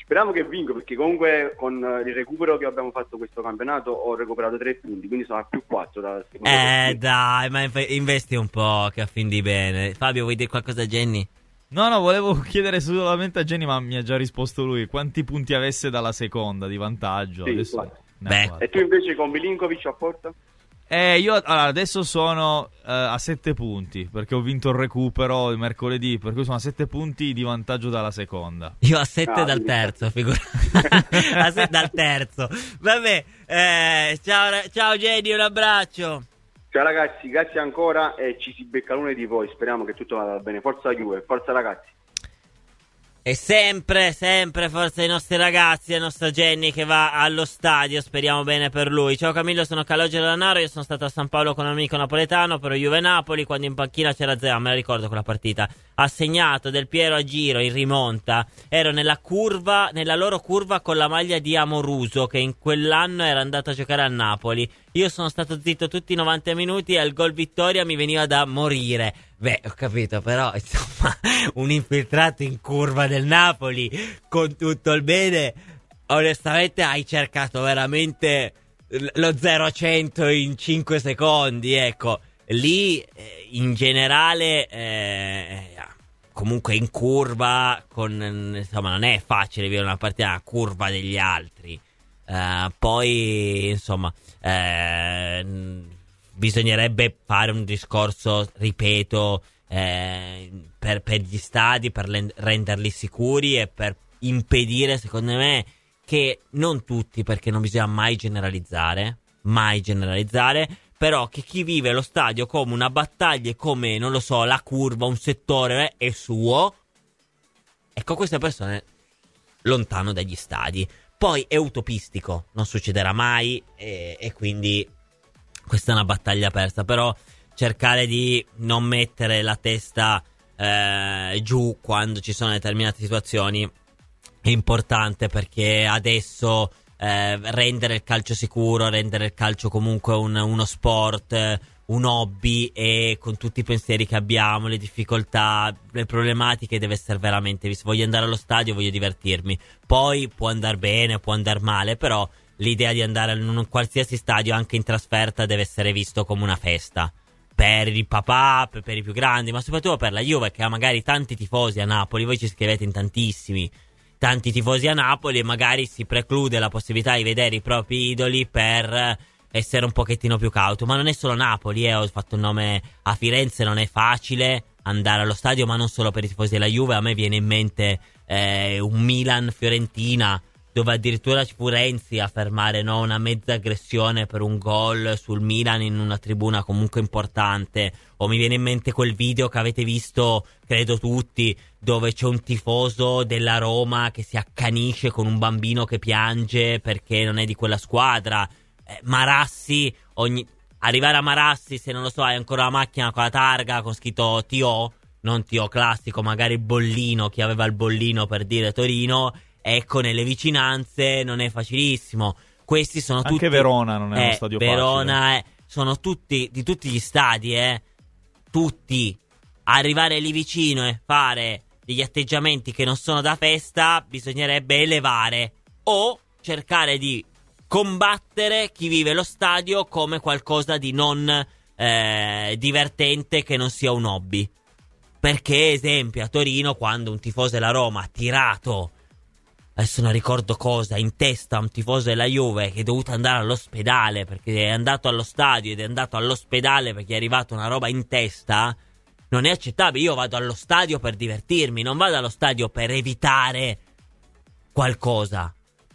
speriamo che vinco, perché comunque con il recupero che abbiamo fatto questo campionato ho recuperato tre punti, quindi sono a più quattro da secondo Eh me. dai, ma inf- investi un po' che affindi bene. Fabio, vuoi dire qualcosa a Jenny? No, no, volevo chiedere solamente a Jenny, ma mi ha già risposto lui, quanti punti avesse dalla seconda di vantaggio. Sì, Adesso quattro. ne ha Beh. quattro. E tu invece con Milinkovic a porta? Eh, io allora, adesso sono eh, a sette punti, perché ho vinto il recupero il mercoledì, per cui sono a sette punti di vantaggio dalla seconda. Io a sette Ah, dal quindi- terzo, figurati. A sette dal terzo. Vabbè, eh, ciao, ra- ciao Jenny, un abbraccio. Ciao ragazzi, grazie ancora e ci si becca lunedì poi, speriamo che tutto vada bene. Forza Juve, forza ragazzi. E sempre, sempre forza ai nostri ragazzi, al nostro Jenny che va allo stadio, speriamo bene per lui. Ciao Camillo, sono Calogero Danaro, io sono stato a San Paolo con un amico napoletano per Juve Napoli, quando in panchina c'era Zea, me la ricordo quella partita. Ha segnato Del Piero a giro, in rimonta, ero nella curva, nella loro curva con la maglia di Amoruso, che in quell'anno era andato a giocare a Napoli. Io sono stato zitto tutti i novanta minuti e al gol vittoria mi veniva da morire. Beh, ho capito, però, insomma, un infiltrato in curva del Napoli, con tutto il bene, onestamente hai cercato veramente lo zero a cento in cinque secondi, ecco. Lì, eh, in generale, eh, comunque in curva, con, insomma, non è facile vivere una partita a curva degli altri. Uh, poi, insomma, eh, bisognerebbe fare un discorso, ripeto, eh, per, per gli stadi, per len- renderli sicuri e per impedire, secondo me, che non tutti, perché non bisogna mai generalizzare, mai generalizzare, però che chi vive lo stadio come una battaglia, come, non lo so, la curva, un settore eh, è suo, ecco, queste persone lontano dagli stadi. Poi è utopistico, non succederà mai e, e quindi questa è una battaglia persa, però cercare di non mettere la testa eh, giù quando ci sono determinate situazioni è importante, perché adesso eh, rendere il calcio sicuro, rendere il calcio comunque un, uno sport, eh, un hobby, e con tutti i pensieri che abbiamo, le difficoltà, le problematiche, deve essere veramente visto. Voglio andare allo stadio, voglio divertirmi, poi può andare bene, può andare male, però l'idea di andare in un qualsiasi stadio anche in trasferta deve essere visto come una festa per il papà, per, per i più grandi, ma soprattutto per la Juve, che ha magari tanti tifosi a Napoli. Voi ci scrivete in tantissimi, tanti tifosi a Napoli, e magari si preclude la possibilità di vedere i propri idoli per essere un pochettino più cauto. Ma non è solo Napoli, eh. Ho fatto il nome a Firenze, non è facile andare allo stadio, ma non solo per i tifosi della Juve. A me viene in mente eh, un Milan-Fiorentina, dove addirittura ci fu Renzi a fermare, no, una mezza aggressione per un gol sul Milan in una tribuna comunque importante. O mi viene in mente quel video che avete visto, credo tutti, dove c'è un tifoso della Roma che si accanisce con un bambino che piange perché non è di quella squadra. Eh, Marassi, ogni... arrivare a Marassi, se non lo so, hai ancora la macchina con la targa con scritto T O, non T O classico, magari Bollino, chi aveva il Bollino per dire Torino. Ecco, nelle vicinanze non è facilissimo. Questi sono Anche tutti... Verona non è eh, uno stadio Verona facile. È... sono tutti, di tutti gli stadi, eh. Tutti. Arrivare lì vicino e fare degli atteggiamenti che non sono da festa, bisognerebbe elevare o cercare di combattere chi vive lo stadio come qualcosa di non eh, divertente, che non sia un hobby. Perché, esempio, a Torino, quando un tifoso della Roma ha tirato, adesso non ricordo cosa, in testa a un tifoso della Juve, che è dovuto andare all'ospedale perché è andato allo stadio ed è andato all'ospedale perché è arrivata una roba in testa, non è accettabile. Io vado allo stadio per divertirmi, non vado allo stadio per evitare qualcosa.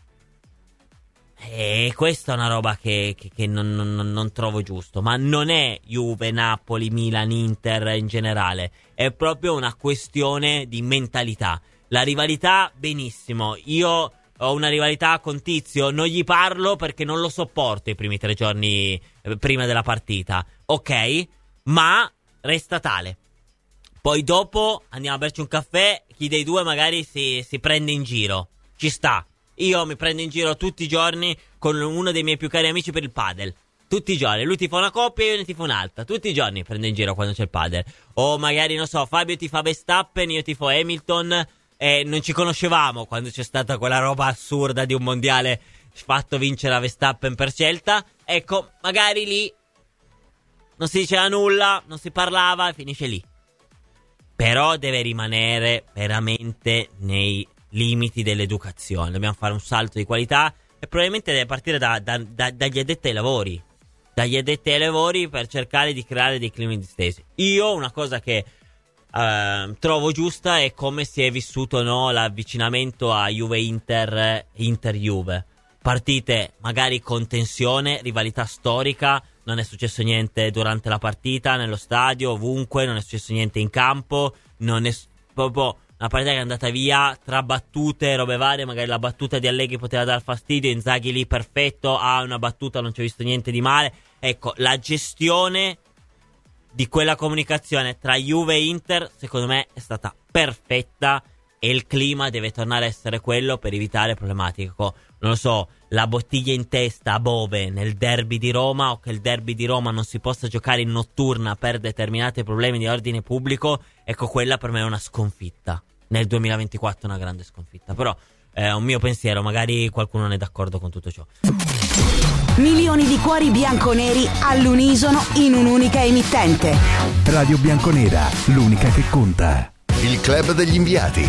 E questa è una roba che, che, che non, non, non trovo giusto. Ma non è Juve, Napoli, Milan, Inter in generale, è proprio una questione di mentalità. La rivalità, benissimo, io ho una rivalità con Tizio, non gli parlo perché non lo sopporto i primi tre giorni eh, prima della partita, ok? Ma resta tale. Poi dopo andiamo a berci un caffè, chi dei due magari si, si prende in giro, ci sta. Io mi prendo in giro tutti i giorni con uno dei miei più cari amici per il padel. Tutti i giorni, lui ti fa una coppia e io ne tifo un'altra. Tutti i giorni prendo in giro quando c'è il padel. O magari, non so, Fabio ti fa Verstappen, io tifo Hamilton. e non ci conoscevamo quando c'è stata quella roba assurda di un mondiale fatto vincere a Verstappen per scelta. Ecco, magari lì non si diceva nulla, non si parlava, finisce lì. Però deve rimanere veramente nei limiti dell'educazione. Dobbiamo fare un salto di qualità e probabilmente deve partire da, da, da, dagli addetti ai lavori. Dagli addetti ai lavori per cercare di creare dei climi distesi. Io una cosa che uh, trovo giusta è come si è vissuto, no, l'avvicinamento a Juve-Inter, Inter-Juve. Partite magari con tensione, rivalità storica, non è successo niente durante la partita, nello stadio, ovunque, non è successo niente in campo, non è proprio una partita che è andata via tra battute, robe varie, magari la battuta di Allegri poteva dar fastidio, Inzaghi lì perfetto, ah una battuta non ci ho visto niente di male. Ecco, la gestione di quella comunicazione tra Juve e Inter secondo me è stata perfetta e il clima deve tornare a essere quello per evitare problematiche. Non lo so, la bottiglia in testa a Bove nel derby di Roma, o che il derby di Roma non si possa giocare in notturna per determinati problemi di ordine pubblico, ecco, quella per me è una sconfitta. Nel duemilaventiquattro una grande sconfitta. Però è un mio pensiero, magari qualcuno non è d'accordo con tutto ciò. Milioni di cuori bianconeri all'unisono in un'unica emittente. Radio Bianconera, l'unica che conta. Il club degli inviati.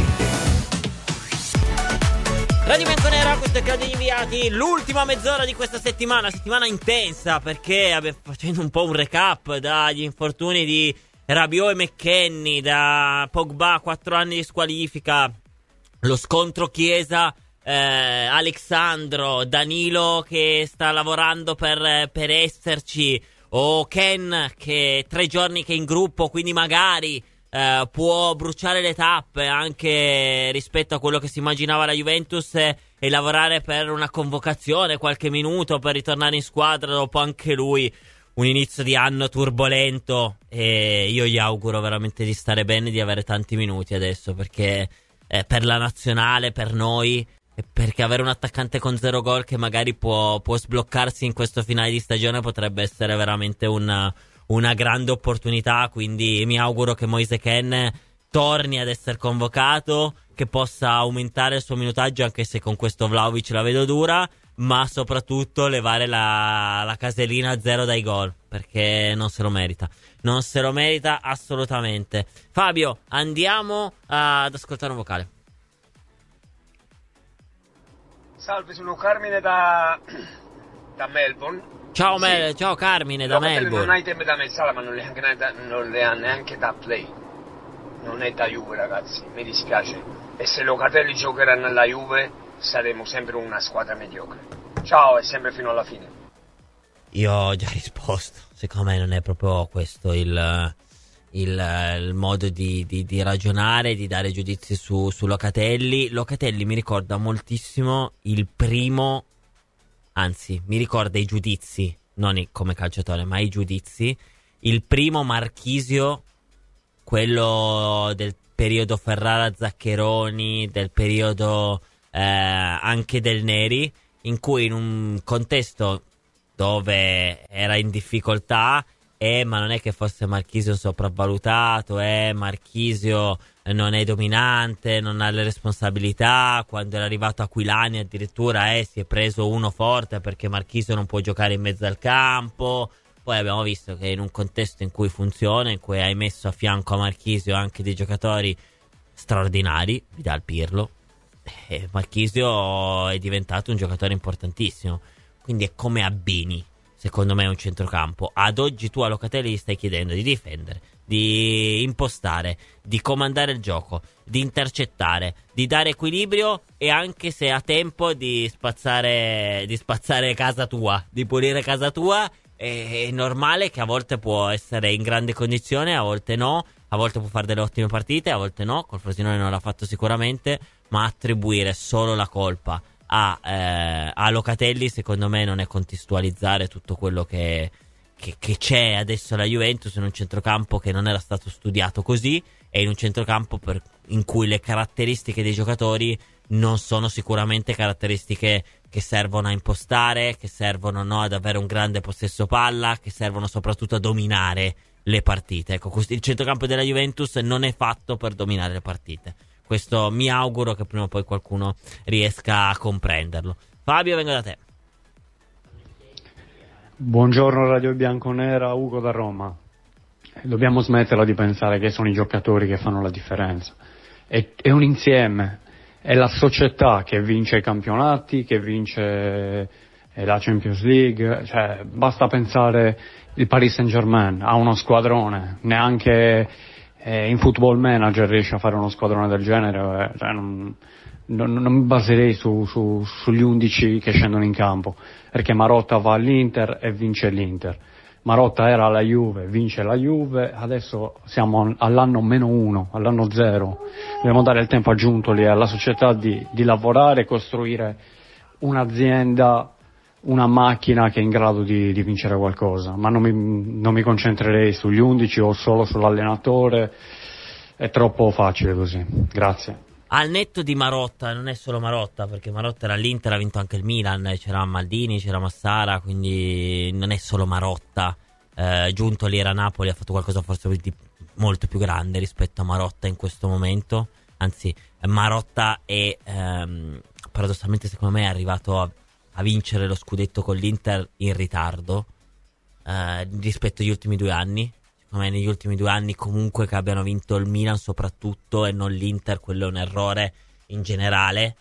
Radio Bianconera, questo è il club degli inviati. L'ultima mezz'ora di questa settimana, settimana intensa, perché abbiamo facendo un po' un recap dagli infortuni di Rabiot e McKennie, da Pogba, quattro anni di squalifica, lo scontro Chiesa, eh, Alexandro, Danilo che sta lavorando per, per esserci, o Ken che tre giorni che è in gruppo, quindi magari eh, può bruciare le tappe anche rispetto a quello che si immaginava la Juventus e, e lavorare per una convocazione, qualche minuto per ritornare in squadra dopo anche lui un inizio di anno turbolento. E io gli auguro veramente di stare bene, di avere tanti minuti adesso, perché eh, per la nazionale, per noi, e perché avere un attaccante con zero gol che magari può, può sbloccarsi in questo finale di stagione potrebbe essere veramente una, una grande opportunità. Quindi mi auguro che Moise Kean torni ad essere convocato, che possa aumentare il suo minutaggio, anche se con questo Vlahovic la vedo dura, ma soprattutto levare la, la casellina zero dai gol, perché non se lo merita, non se lo merita assolutamente. Fabio, andiamo ad ascoltare un vocale. Salve, sono Carmine da, da Melbourne. Ciao, sì. Mel- ciao Carmine da Locatelli Melbourne. Non hai tempo da mezzala, ma non le, anche da, non le ha neanche da play. Non è da Juve, ragazzi, mi dispiace. E se Locatelli giocherà nella Juve saremo sempre una squadra mediocre. Ciao e sempre fino alla fine. Io ho già risposto. Secondo me non è proprio questo il, il, il modo di, di, di ragionare, di dare giudizi su, su Locatelli. Locatelli mi ricorda moltissimo il primo, anzi mi ricorda i giudizi, non i, come calciatore, ma i giudizi, il primo Marchisio, quello del periodo Ferrara-Zaccheroni, del periodo eh, anche del Neri, in cui in un contesto dove era in difficoltà, eh, ma non è che fosse Marchisio sopravvalutato, eh, Marchisio non è dominante, non ha le responsabilità. Quando era arrivato Aquilani addirittura eh, si è preso uno forte perché Marchisio non può giocare in mezzo al campo. Poi abbiamo visto che in un contesto in cui funziona, in cui hai messo a fianco a Marchisio anche dei giocatori straordinari, Vidal, Pirlo, e Marchisio è diventato un giocatore importantissimo. Quindi è come abbini, secondo me, un centrocampo. Ad oggi tu a Locatelli gli stai chiedendo di difendere, di impostare, di comandare il gioco, di intercettare, di dare equilibrio e anche, se ha tempo, di spazzare, di spazzare casa tua, di pulire casa tua. È normale che a volte può essere in grande condizione, a volte no, a volte può fare delle ottime partite, a volte no. Col Frosinone non l'ha fatto sicuramente, ma attribuire solo la colpa a, eh, a Locatelli secondo me non è contestualizzare tutto quello che, che, che c'è adesso alla Juventus, in un centrocampo che non era stato studiato così, e in un centrocampo per, in cui le caratteristiche dei giocatori non sono sicuramente caratteristiche che servono a impostare, che servono no, ad avere un grande possesso palla, che servono soprattutto a dominare le partite. Ecco, il centrocampo della Juventus non è fatto per dominare le partite. questo mi auguro che prima o poi qualcuno riesca a comprenderlo. Fabio, vengo da te. Buongiorno Radio Bianconera, Ugo da Roma. Dobbiamo smetterla di pensare che sono i giocatori che fanno la differenza. È, è un insieme, è la società che vince i campionati, che vince la Champions League, cioè basta pensare il Paris Saint-Germain ha uno squadrone, neanche eh, in Football Manager riesce a fare uno squadrone del genere, eh, cioè non, non, non mi baserei su, su, sugli undici che scendono in campo, perché Marotta va all'Inter e vince l'Inter. Marotta era alla Juve, vince la Juve, adesso siamo all'anno meno uno, all'anno zero. Dobbiamo dare il tempo aggiunto lì alla società di, di lavorare e costruire un'azienda, una macchina che è in grado di, di vincere qualcosa. Ma non mi, non mi concentrerei sugli undici o solo sull'allenatore, è troppo facile così. Grazie. Al netto di Marotta, non è solo Marotta, perché Marotta era all'Inter, ha vinto anche il Milan, c'era Maldini, c'era Massara, quindi non è solo Marotta. Eh, giunto lì era Napoli, ha fatto qualcosa forse di molto più grande rispetto a Marotta in questo momento. Anzi, Marotta è ehm, paradossalmente secondo me è arrivato a, a vincere lo scudetto con l'Inter in ritardo eh, rispetto agli ultimi due anni. Come negli ultimi due anni comunque che abbiano vinto il Milan soprattutto e non l'Inter, quello è un errore in generale,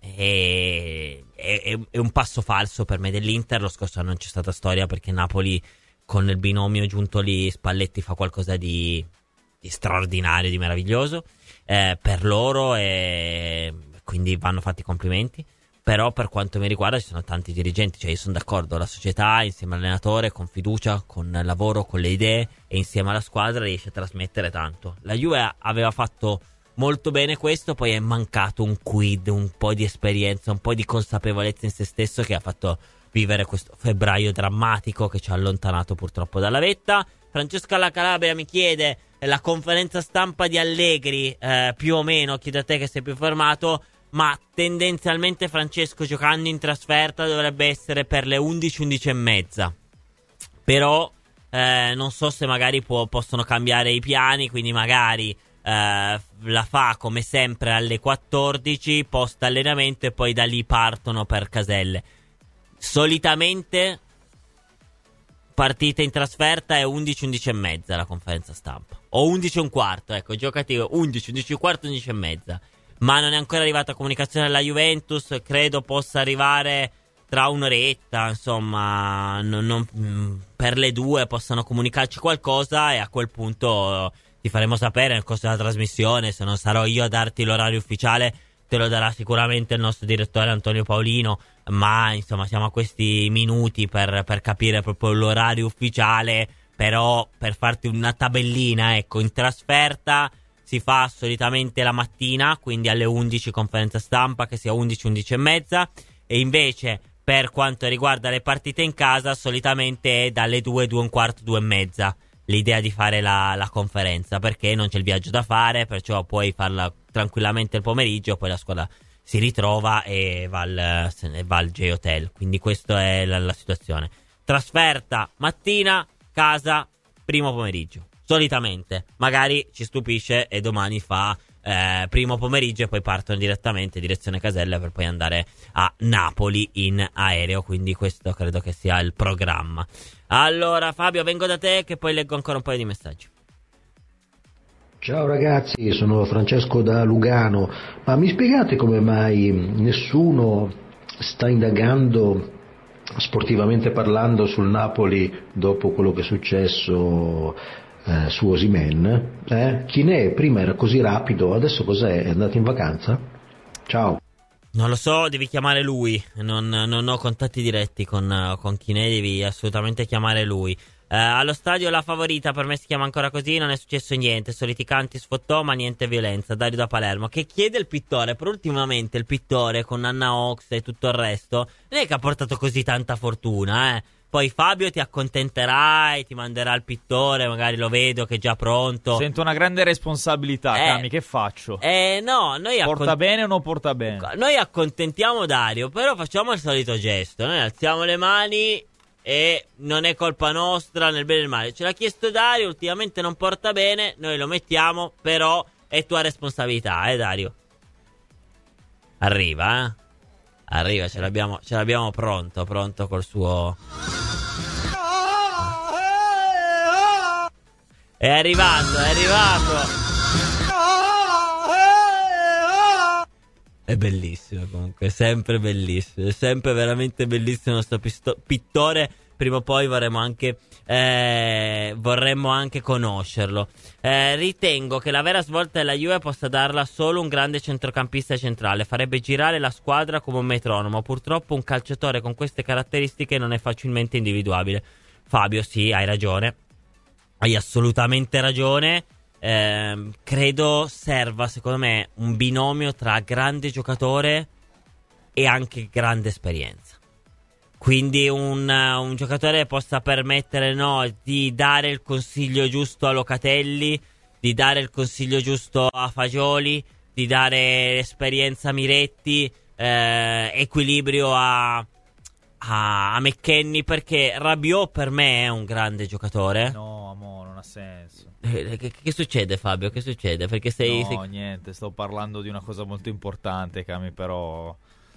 e, è, è un passo falso per me dell'Inter. Lo scorso anno non c'è stata storia perché Napoli con il binomio giunto lì Spalletti fa qualcosa di, di straordinario, di meraviglioso eh, per loro, e quindi vanno fatti i complimenti. Però per quanto mi riguarda ci sono tanti dirigenti, cioè io sono d'accordo, la società insieme all'allenatore con fiducia, con il lavoro, con le idee e insieme alla squadra riesce a trasmettere tanto. La Juve aveva fatto molto bene questo, poi è mancato un quid, un po' di esperienza, un po' di consapevolezza in se stesso che ha fatto vivere questo febbraio drammatico che ci ha allontanato purtroppo dalla vetta. Francesca La Calabria mi chiede la conferenza stampa di Allegri, eh, più o meno, chiedo a te che sei più fermato. Ma tendenzialmente Francesco giocando in trasferta dovrebbe essere per le undici, undici e mezza. Però eh, non so se magari può, possono cambiare i piani, quindi magari eh, la fa come sempre alle quattordici post allenamento e poi da lì partono per Caselle. Solitamente partita in trasferta è undici, undici e mezza la conferenza stampa, o undici e un quarto, ecco, giocati undici, undici e un quarto, undici e mezza. Ma non è ancora arrivata comunicazione alla Juventus, credo possa arrivare tra un'oretta, insomma, non, non, per le due possano comunicarci qualcosa e a quel punto ti faremo sapere nel corso della trasmissione. Se non sarò io a darti l'orario ufficiale, te lo darà sicuramente il nostro direttore Antonio Paolino, ma insomma siamo a questi minuti per, per capire proprio l'orario ufficiale. Però per farti una tabellina, ecco, in trasferta si fa solitamente la mattina, quindi alle undici conferenza stampa, che sia undici, undici e mezza, e invece per quanto riguarda le partite in casa solitamente è dalle due, due e un quarto, due e mezza l'idea di fare la, la conferenza, perché non c'è il viaggio da fare, perciò puoi farla tranquillamente il pomeriggio, poi la squadra si ritrova e va al, va al J-Hotel, quindi questa è la, la situazione. Trasferta mattina, casa primo pomeriggio. Solitamente, magari ci stupisce e domani fa eh, primo pomeriggio e poi partono direttamente direzione Caselle per poi andare a Napoli in aereo, quindi questo credo che sia il programma. Allora Fabio, vengo da te che poi leggo ancora un paio di messaggi. Ciao ragazzi, sono Francesco da Lugano, ma mi spiegate come mai nessuno sta indagando sportivamente parlando sul Napoli dopo quello che è successo Eh, su Osimhen? Eh? Chinè prima era così rapido, adesso cos'è? È andato in vacanza? Ciao. Non lo so, devi chiamare lui. Non, non ho contatti diretti con, con Chinè, devi assolutamente chiamare lui. Eh, allo stadio la favorita, per me si chiama ancora così, non è successo niente. Soliti canti sfottò, ma niente violenza. Dario da Palermo, che chiede il pittore. Per ultimamente il pittore con Anna Ox e tutto il resto non è che ha portato così tanta fortuna, eh. Poi Fabio ti accontenterà e ti manderà il pittore, magari lo vedo che è già pronto. Sento una grande responsabilità, eh, Cami, che faccio? Eh no, noi porta accont- bene o non porta bene? Noi accontentiamo Dario, però facciamo il solito gesto, noi alziamo le mani e non è colpa nostra nel bene e nel male. Ce l'ha chiesto Dario, ultimamente non porta bene, noi lo mettiamo, però è tua responsabilità, eh Dario? Arriva, eh? Arriva, ce l'abbiamo, ce l'abbiamo pronto, pronto col suo... È arrivato, è arrivato! È bellissimo comunque, è sempre bellissimo, è sempre veramente bellissimo il nostro pisto- pittore. Prima o poi vorremmo anche, eh, vorremmo anche conoscerlo. Eh, ritengo che la vera svolta della Juve possa darla solo un grande centrocampista centrale. Farebbe girare la squadra come un metronomo. Purtroppo un calciatore con queste caratteristiche non è facilmente individuabile. Fabio, sì, hai ragione. Hai assolutamente ragione. Eh, credo serva, secondo me, un binomio tra grande giocatore e anche grande esperienza. Quindi un, un giocatore possa permettere, no, di dare il consiglio giusto a Locatelli, di dare il consiglio giusto a Fagioli, di dare esperienza a Miretti, eh, equilibrio a, a, a McKennie, perché Rabiot per me è un grande giocatore. No, amore, non ha senso. Eh, che, che succede, Fabio? Che succede? Perché sei... No, sei... niente, sto parlando di una cosa molto importante, Cami, però...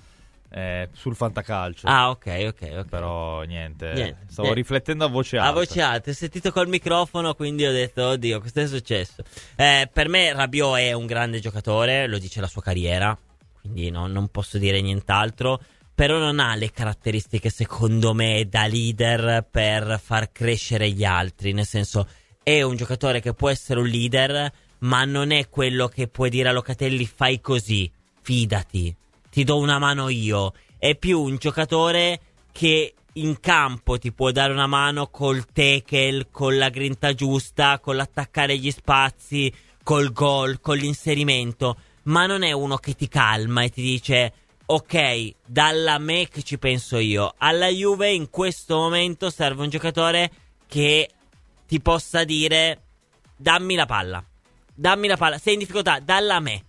Eh, sul fantacalcio. Ah, ok, ok, ok. Però niente, niente stavo niente. riflettendo a voce alta. A voce alta, ho sentito col microfono, quindi ho detto, oddio, cosa è successo? Eh, per me Rabiot è un grande giocatore, lo dice la sua carriera, quindi no, non posso dire nient'altro. Però non ha le caratteristiche, secondo me, da leader per far crescere gli altri. Nel senso, è un giocatore che può essere un leader, ma non è quello che puoi dire a Locatelli, fai così, fidati, ti do una mano io. È più un giocatore che in campo ti può dare una mano col tackle, con la grinta giusta, con l'attaccare gli spazi, col gol, con l'inserimento, ma non è uno che ti calma e ti dice ok, dalla me che ci penso io. Alla Juve in questo momento serve un giocatore che ti possa dire dammi la palla, dammi la palla, sei in difficoltà, dalla me,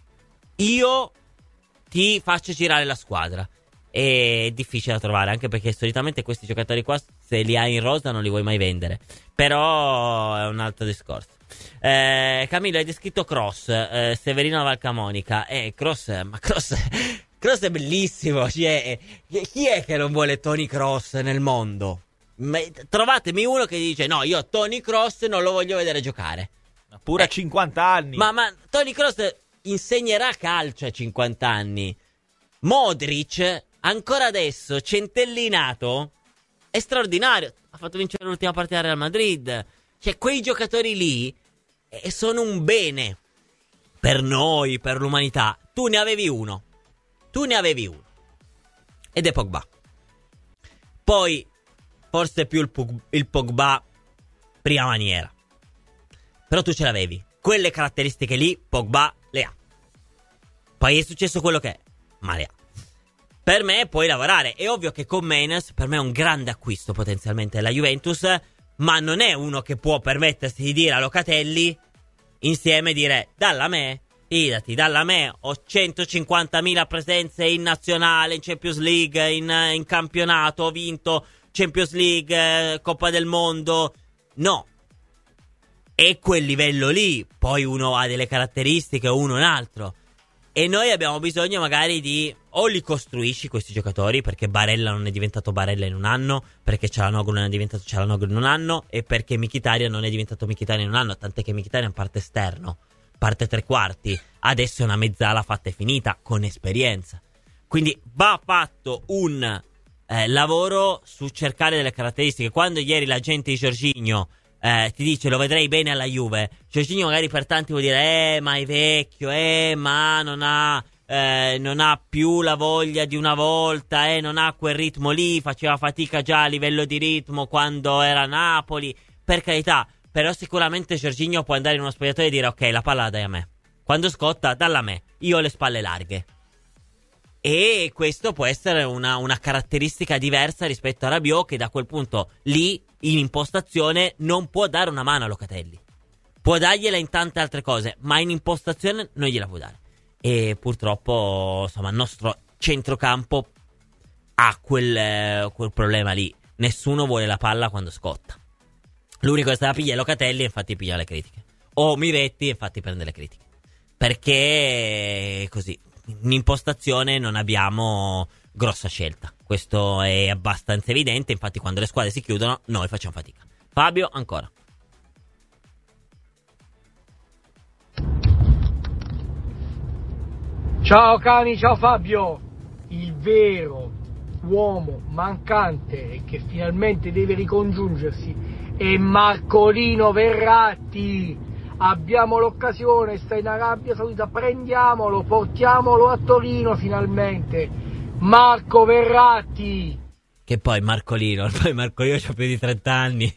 io ti faccio girare la squadra. È difficile da trovare, anche perché solitamente questi giocatori qua, se li hai in rosa, non li vuoi mai vendere. Però è un altro discorso. eh, Camillo, hai descritto Kroos, eh, Severino Valcamonica. Eh, Kroos, ma Kroos Kroos è bellissimo. Cioè, chi è che non vuole Toni Kroos nel mondo? Ma, trovatemi uno che dice no, io Toni Kroos non lo voglio vedere giocare. Pure eh, a cinquanta anni. Ma, ma Toni Kroos insegnerà calcio a cinquanta anni. Modric, ancora adesso, centellinato, è straordinario. Ha fatto vincere l'ultima partita al Real Madrid. Cioè, quei giocatori lì eh, sono un bene per noi, per l'umanità. Tu ne avevi uno. Tu ne avevi uno. Ed è Pogba. Poi, forse più il, Pog- il Pogba prima maniera. Però tu ce l'avevi. Quelle caratteristiche lì, Pogba le ha. Poi è successo quello che è, ma le ha. Per me puoi lavorare. È ovvio che con Menes per me è un grande acquisto potenzialmente la Juventus, ma non è uno che può permettersi di dire a Locatelli insieme dire dalla me, fidati, dalla me, ho centocinquantamila presenze in nazionale, in Champions League, in, in campionato, ho vinto Champions League, eh, Coppa del Mondo. No, è quel livello lì. Poi uno ha delle caratteristiche, uno un altro. E noi abbiamo bisogno magari di... o li costruisci questi giocatori, perché Barella non è diventato Barella in un anno, perché Çalhanoğlu non è diventato Çalhanoğlu in un anno, e perché Mkhitaryan non è diventato Mkhitaryan in un anno, tant'è che Mkhitaryan parte esterno, parte tre quarti, adesso è una mezzala fatta e finita, con esperienza. Quindi va fatto un eh, lavoro su cercare delle caratteristiche. Quando ieri la gente di Jorginho Eh, ti dice lo vedrei bene alla Juve, Jorginho magari per tanti vuol dire eh ma è vecchio, eh ma non ha eh, non ha più la voglia di una volta, eh non ha quel ritmo lì, faceva fatica già a livello di ritmo quando era a Napoli. Per carità, però sicuramente Jorginho può andare in uno spogliatoio e dire ok, la palla la dai a me, quando scotta dalla a me, io ho le spalle larghe. E questo può essere una, una caratteristica diversa rispetto a Rabiot, che da quel punto lì in impostazione non può dare una mano a Locatelli, può dargliela in tante altre cose, ma in impostazione non gliela può dare. E purtroppo insomma il nostro centrocampo ha quel, quel problema lì, nessuno vuole la palla quando scotta. L'unico che sta a pigliare Locatelli, infatti piglia le critiche, o Miretti, infatti prende le critiche. perché così in impostazione non abbiamo grossa scelta. Questo è abbastanza evidente, infatti quando le squadre si chiudono noi facciamo fatica. Fabio, ancora. Ciao cani, ciao Fabio. Il vero uomo mancante e che finalmente deve ricongiungersi è Marcolino Verratti. Abbiamo l'occasione, sta in Arabia Saudita, prendiamolo, portiamolo a Torino finalmente. Marco Verratti. Che poi Marcolino, ormai Marcolino c'ha più di trenta anni.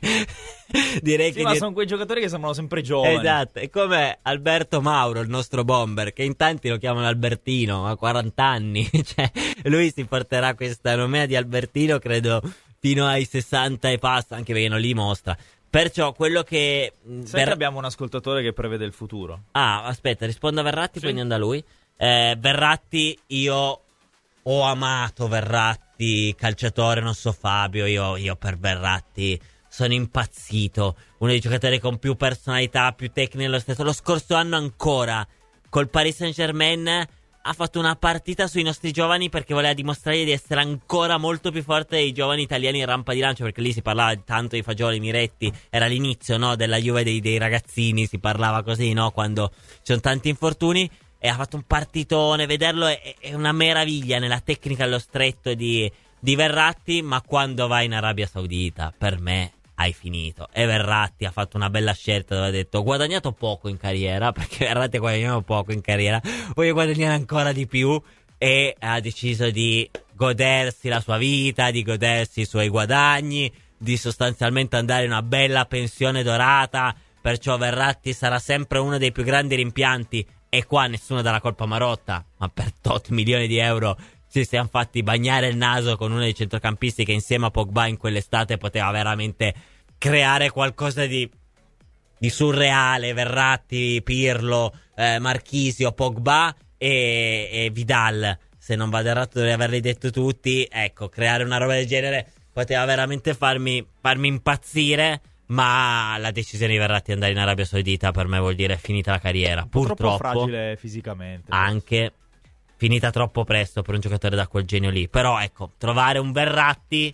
Direi sì, che ma di... sono quei giocatori che sembrano sempre giovani. Esatto, è come Alberto Mauro, il nostro bomber, che in tanti lo chiamano Albertino, ha quaranta anni. Cioè, lui si porterà questa nomea di Albertino, credo, fino ai sessanta e passa, anche perché non li mostra. Perciò quello che... Sai Ver... che abbiamo un ascoltatore che prevede il futuro. Ah, aspetta, rispondo a Verratti, sì. Poi andiamo da lui. Eh, Verratti, io ho amato Verratti, calciatore, non so Fabio, io, io per Verratti sono impazzito. Uno dei giocatori con più personalità, più tecnica dello stesso. Lo scorso anno ancora, col Paris Saint-Germain, ha fatto una partita sui nostri giovani perché voleva dimostrare di essere ancora molto più forte dei giovani italiani in rampa di lancio, perché lì si parlava tanto di Fagioli, Miretti, era l'inizio, no, della Juve dei, dei ragazzini, si parlava così, no, quando ci sono tanti infortuni, e ha fatto un partitone. Vederlo è, è una meraviglia nella tecnica allo stretto di, di Verratti, ma quando va in Arabia Saudita, per me hai finito. E Verratti ha fatto una bella scelta dove ha detto: ho guadagnato poco in carriera, perché Verratti ha guadagnato poco in carriera, voglio guadagnare ancora di più, e ha deciso di godersi la sua vita, di godersi i suoi guadagni, di sostanzialmente andare in una bella pensione dorata. Perciò Verratti sarà sempre uno dei più grandi rimpianti, e qua nessuno dà la colpa a Marotta, ma per tot milioni di euro ci siamo fatti bagnare il naso con uno dei centrocampisti che insieme a Pogba in quell'estate poteva veramente creare qualcosa di, di surreale. Verratti, Pirlo, eh, Marchisio, Pogba e, e Vidal, se non vado errato dovrei averli detto tutti. Ecco, creare una roba del genere poteva veramente farmi, farmi impazzire, ma la decisione di Verratti di andare in Arabia Saudita per me vuol dire finita la carriera. Purtroppo troppo fragile fisicamente, anche finita troppo presto per un giocatore da quel genio lì. Però ecco, trovare un Verratti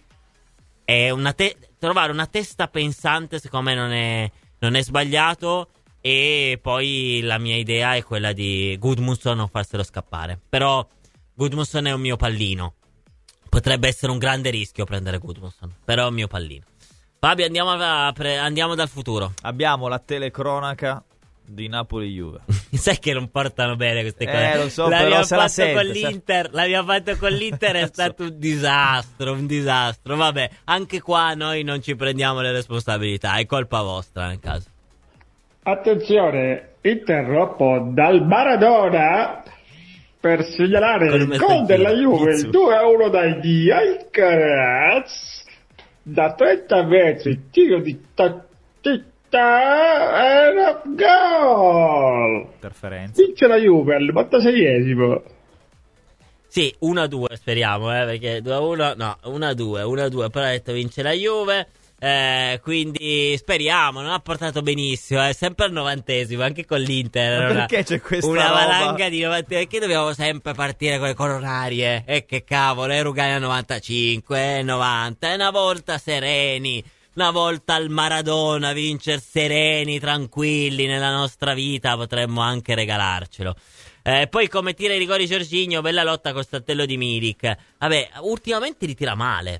è una te- trovare una testa pensante, secondo me non è, non è sbagliato. E poi la mia idea è quella di Gudmundsson non farselo scappare. Però Gudmundsson è un mio pallino, potrebbe essere un grande rischio prendere Gudmundsson, però è un mio pallino. Fabio, andiamo, a pre- andiamo dal futuro. Abbiamo la telecronaca di Napoli-Juve. Sai che non portano bene queste cose. Eh, lo so, l'abbiamo però se la fatto sente, con l'Inter, se... l'abbiamo fatto con l'Inter, è stato un disastro, un disastro. Vabbè, anche qua noi non ci prendiamo le responsabilità, è colpa vostra nel caso. Attenzione, interrompo dal Maradona per segnalare il gol della Juve, il due a uno dai di Alcaraz. Da trenta metri, tiro di tattita, era gol! Interferenza. Vince la Juve al novantaseiesimo. Sì, uno a due speriamo, eh, perché due a uno, no, uno a due, uno a due, però ha detto vince la Juve, eh, quindi speriamo, non ha portato benissimo, eh, sempre al novantesimo, anche con l'Inter. Ma perché una, c'è questa una roba? valanga di novanta, perché dobbiamo sempre partire con le coronarie? E eh, che cavolo, eh, Rugani al novantacinque, novanta, e una volta sereni, una volta al Maradona, vincere sereni, tranquilli nella nostra vita, potremmo anche regalarcelo. Eh, poi come tira i rigori Jorginho, bella lotta con Stattello di Milik. Vabbè, ultimamente li tira male.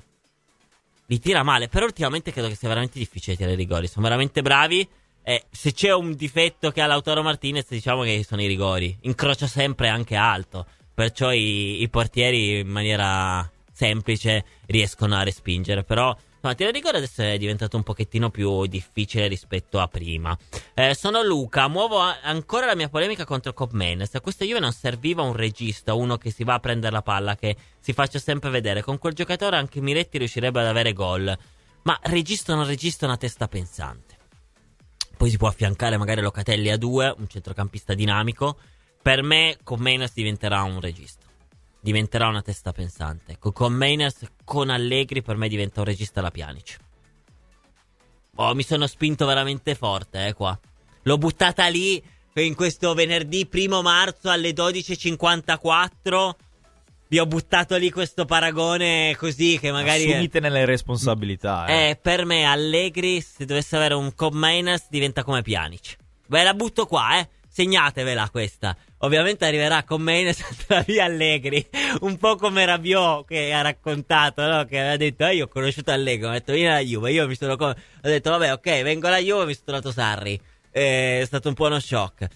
Li tira male, però ultimamente credo che sia veramente difficile tirare i rigori. Sono veramente bravi. Eh, se c'è un difetto che ha Lautaro Martinez, diciamo che sono i rigori. Incrocia sempre anche alto. Perciò i, i portieri in maniera semplice riescono a respingere. Però no, tirare i rigori adesso è diventato un pochettino più difficile rispetto a prima. Eh, sono Luca, muovo a- ancora la mia polemica contro Kob Menes. A questa Juve non serviva un regista, uno che si va a prendere la palla, che si faccia sempre vedere. Con quel giocatore anche Miretti riuscirebbe ad avere gol. Ma regista o non regista, una testa pensante. Poi si può affiancare magari Locatelli a due, un centrocampista dinamico. Per me Kob Menes diventerà un regista, diventerà una testa pensante. Con Meines, con Allegri, per me diventa un regista alla Pjanic. Oh, mi sono spinto veramente forte, eh, qua. L'ho buttata lì in questo venerdì primo marzo alle dodici e cinquantaquattro. Vi ho buttato lì questo paragone così che magari... Assumite le responsabilità. Eh. Eh, per me Allegri, se dovesse avere un Cobb Mainers, diventa come Pjanic. Ve la butto qua, eh. Segnatevela questa. Ovviamente arriverà con Mainers tra via Allegri. Un po' come Rabiot che ha raccontato, no? Che aveva detto, eh, io ho conosciuto Allegri, ho detto vieni alla Juve. Io mi sono... Ho detto vabbè, ok, vengo alla Juve, mi sono trovato Sarri. È stato un po' uno shock.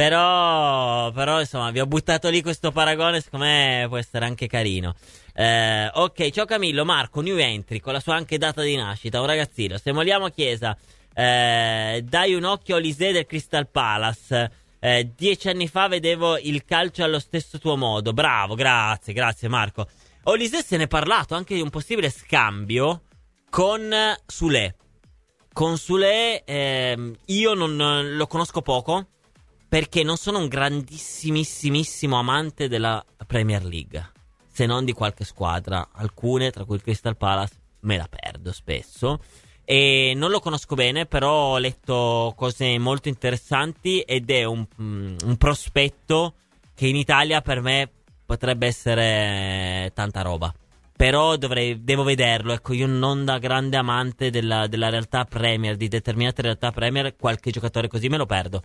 Però, però insomma, vi ho buttato lì questo paragone, secondo me può essere anche carino. Eh, ok, ciao Camillo, Marco, new entry, con la sua anche data di nascita, un ragazzino. Se molliamo Chiesa, eh, dai un occhio a Olise del Crystal Palace. Eh, dieci anni fa vedevo il calcio allo stesso tuo modo. Bravo, grazie, grazie Marco. Olise se ne è parlato anche di un possibile scambio con Soulé. Con Soulé ehm, io non lo conosco poco, perché non sono un grandissimissimo amante della Premier League, se non di qualche squadra. Alcune, tra cui il Crystal Palace, me la perdo spesso. E non lo conosco bene, però ho letto cose molto interessanti ed è un, un prospetto che in Italia per me potrebbe essere tanta roba. Però dovrei, devo vederlo. Ecco, io non da grande amante della, della realtà Premier, di determinate realtà Premier, qualche giocatore così me lo perdo.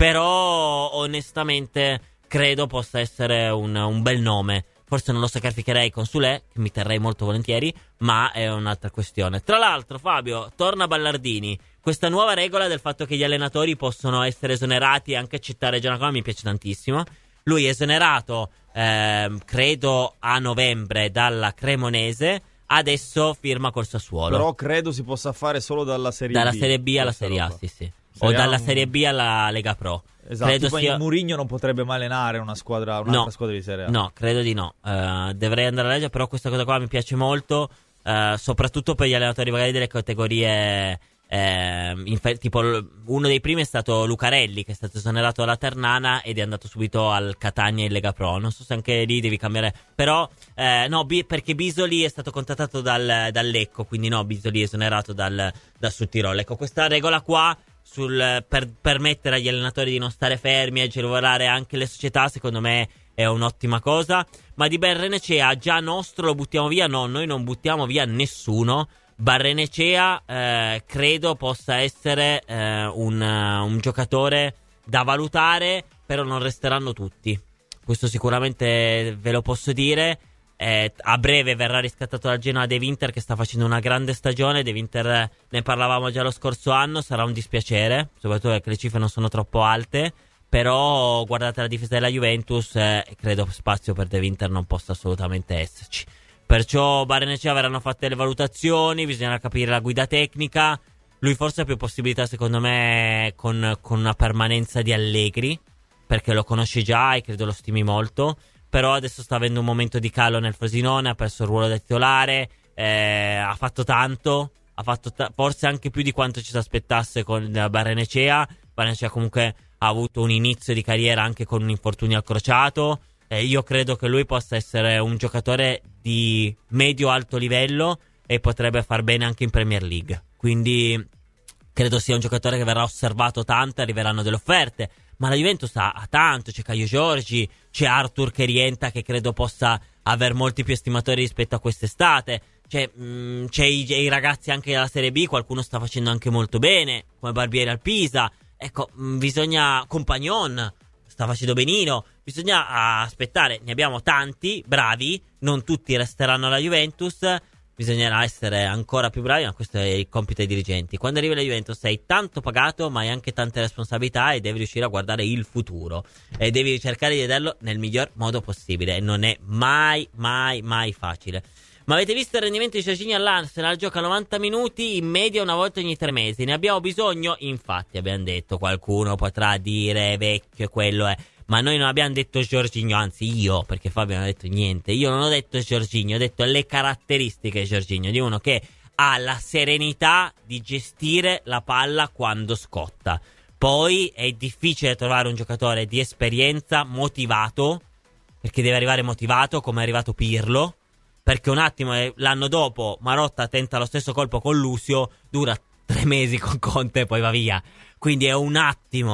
Però onestamente credo possa essere un, un bel nome. Forse non lo sacrificherei con Soulé, che mi terrei molto volentieri, ma è un'altra questione. Tra l'altro, Fabio, torna Ballardini. Questa nuova regola del fatto che gli allenatori possono essere esonerati e anche accettare già una cosa mi piace tantissimo. Lui è esonerato, eh, credo, a novembre dalla Cremonese. Adesso firma col Sassuolo. Però credo si possa fare solo dalla Serie dalla B. Dalla Serie B alla Serie A, sì, sì. O dalla Serie B alla Lega Pro. Esatto, credo tipo sia... Mourinho non potrebbe mai allenare una squadra, un'altra no, squadra di Serie A. No, credo di no. Uh, dovrei andare a leggere, però questa cosa qua mi piace molto, uh, soprattutto per gli allenatori magari delle categorie... Eh, in, tipo uno dei primi è stato Lucarelli, che è stato esonerato dalla Ternana ed è andato subito al Catania in Lega Pro. Non so se anche lì devi cambiare, però eh, no, B- perché Bisoli è stato contattato dal, dal Lecco, quindi no, Bisoli è esonerato dal, dal Sud Tirolo. Ecco, questa regola qua sul, per permettere agli allenatori di non stare fermi e agevolare anche le società, secondo me è un'ottima cosa. Ma di Barrenechea già nostro lo buttiamo via? No, noi non buttiamo via nessuno. Barrenechea eh, credo possa essere eh, un, uh, un giocatore da valutare, però non resteranno tutti. Questo sicuramente ve lo posso dire. Eh, a breve verrà riscattato dal Genoa De Winter, che sta facendo una grande stagione. De Winter ne parlavamo già lo scorso anno, sarà un dispiacere, soprattutto perché le cifre non sono troppo alte. Però guardate la difesa della Juventus e eh, credo spazio per De Winter non possa assolutamente esserci. Perciò Barrenechea verranno fatte le valutazioni, bisognerà capire la guida tecnica. Lui forse ha più possibilità, secondo me, con, con una permanenza di Allegri, perché lo conosci già e credo lo stimi molto. Però adesso sta avendo un momento di calo nel Frosinone, ha perso il ruolo da titolare, eh, ha fatto tanto, ha fatto ta- forse anche più di quanto ci si aspettasse con Barrenechea. Barrenechea comunque ha avuto un inizio di carriera anche con un infortunio al crociato. Eh, io credo che lui possa essere un giocatore di medio-alto livello e potrebbe far bene anche in Premier League. Quindi credo sia un giocatore che verrà osservato tanto, arriveranno delle offerte. Ma la Juventus ha, ha tanto, c'è Caio Giorgi, c'è Arthur che rientra, che credo possa aver molti più estimatori rispetto a quest'estate. C'è, mh, c'è i, i ragazzi anche della Serie B, qualcuno sta facendo anche molto bene, come Barbieri al Pisa. Ecco, mh, bisogna... Compagnon sta facendo benino, bisogna aspettare, ne abbiamo tanti bravi, non tutti resteranno alla Juventus, bisognerà essere ancora più bravi, ma questo è il compito dei dirigenti. Quando arrivi alla Juventus sei tanto pagato, ma hai anche tante responsabilità e devi riuscire a guardare il futuro e devi cercare di vederlo nel miglior modo possibile, e non è mai, mai, mai facile. Ma avete visto il rendimento di Jorginho all'Arsenal? Gioca novanta minuti in media una volta ogni tre mesi. Ne abbiamo bisogno? Infatti abbiamo detto, qualcuno potrà dire vecchio, quello è. Ma noi non abbiamo detto Jorginho, anzi io, perché Fabio non ha detto niente. Io non ho detto Jorginho, ho detto le caratteristiche di Jorginho, di uno che ha la serenità di gestire la palla quando scotta. Poi è difficile trovare un giocatore di esperienza motivato, perché deve arrivare motivato come è arrivato Pirlo. Perché un attimo, l'anno dopo Marotta tenta lo stesso colpo con Lucio, dura tre mesi con Conte e poi va via. Quindi è un attimo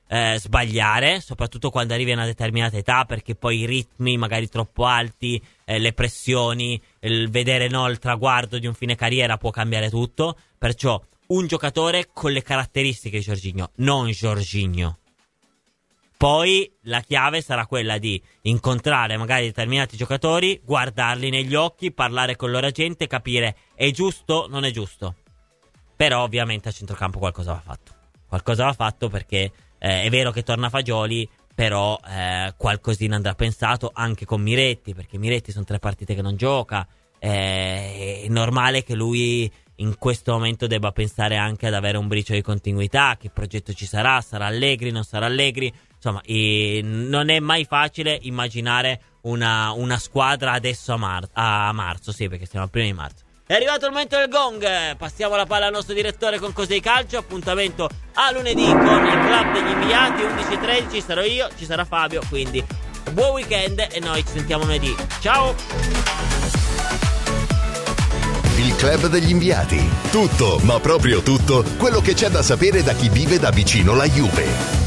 eh, sbagliare, soprattutto quando arrivi a una determinata età, perché poi i ritmi magari troppo alti, eh, le pressioni, il vedere no il traguardo di un fine carriera può cambiare tutto. Perciò un giocatore con le caratteristiche di Jorginho, non Jorginho. Poi la chiave sarà quella di incontrare magari determinati giocatori, guardarli negli occhi, parlare con loro agente, capire è giusto, non è giusto. Però ovviamente a centrocampo qualcosa va fatto. Qualcosa va fatto perché eh, è vero che torna Fagioli, però eh, qualcosina andrà pensato anche con Miretti, perché Miretti sono tre partite che non gioca. Eh, è normale che lui in questo momento debba pensare anche ad avere un briciolo di continuità, che progetto ci sarà, sarà Allegri, non sarà Allegri. Insomma, eh, non è mai facile immaginare una, una squadra adesso a, mar- a marzo, sì, perché siamo al primo di marzo. È arrivato il momento del gong, passiamo la palla al nostro direttore con Cose di Calcio, appuntamento a lunedì con il club degli inviati, undici e tredici, sarò io, ci sarà Fabio, quindi buon weekend e noi ci sentiamo lunedì. Ciao! Il club degli inviati, tutto, ma proprio tutto, quello che c'è da sapere da chi vive da vicino la Juve.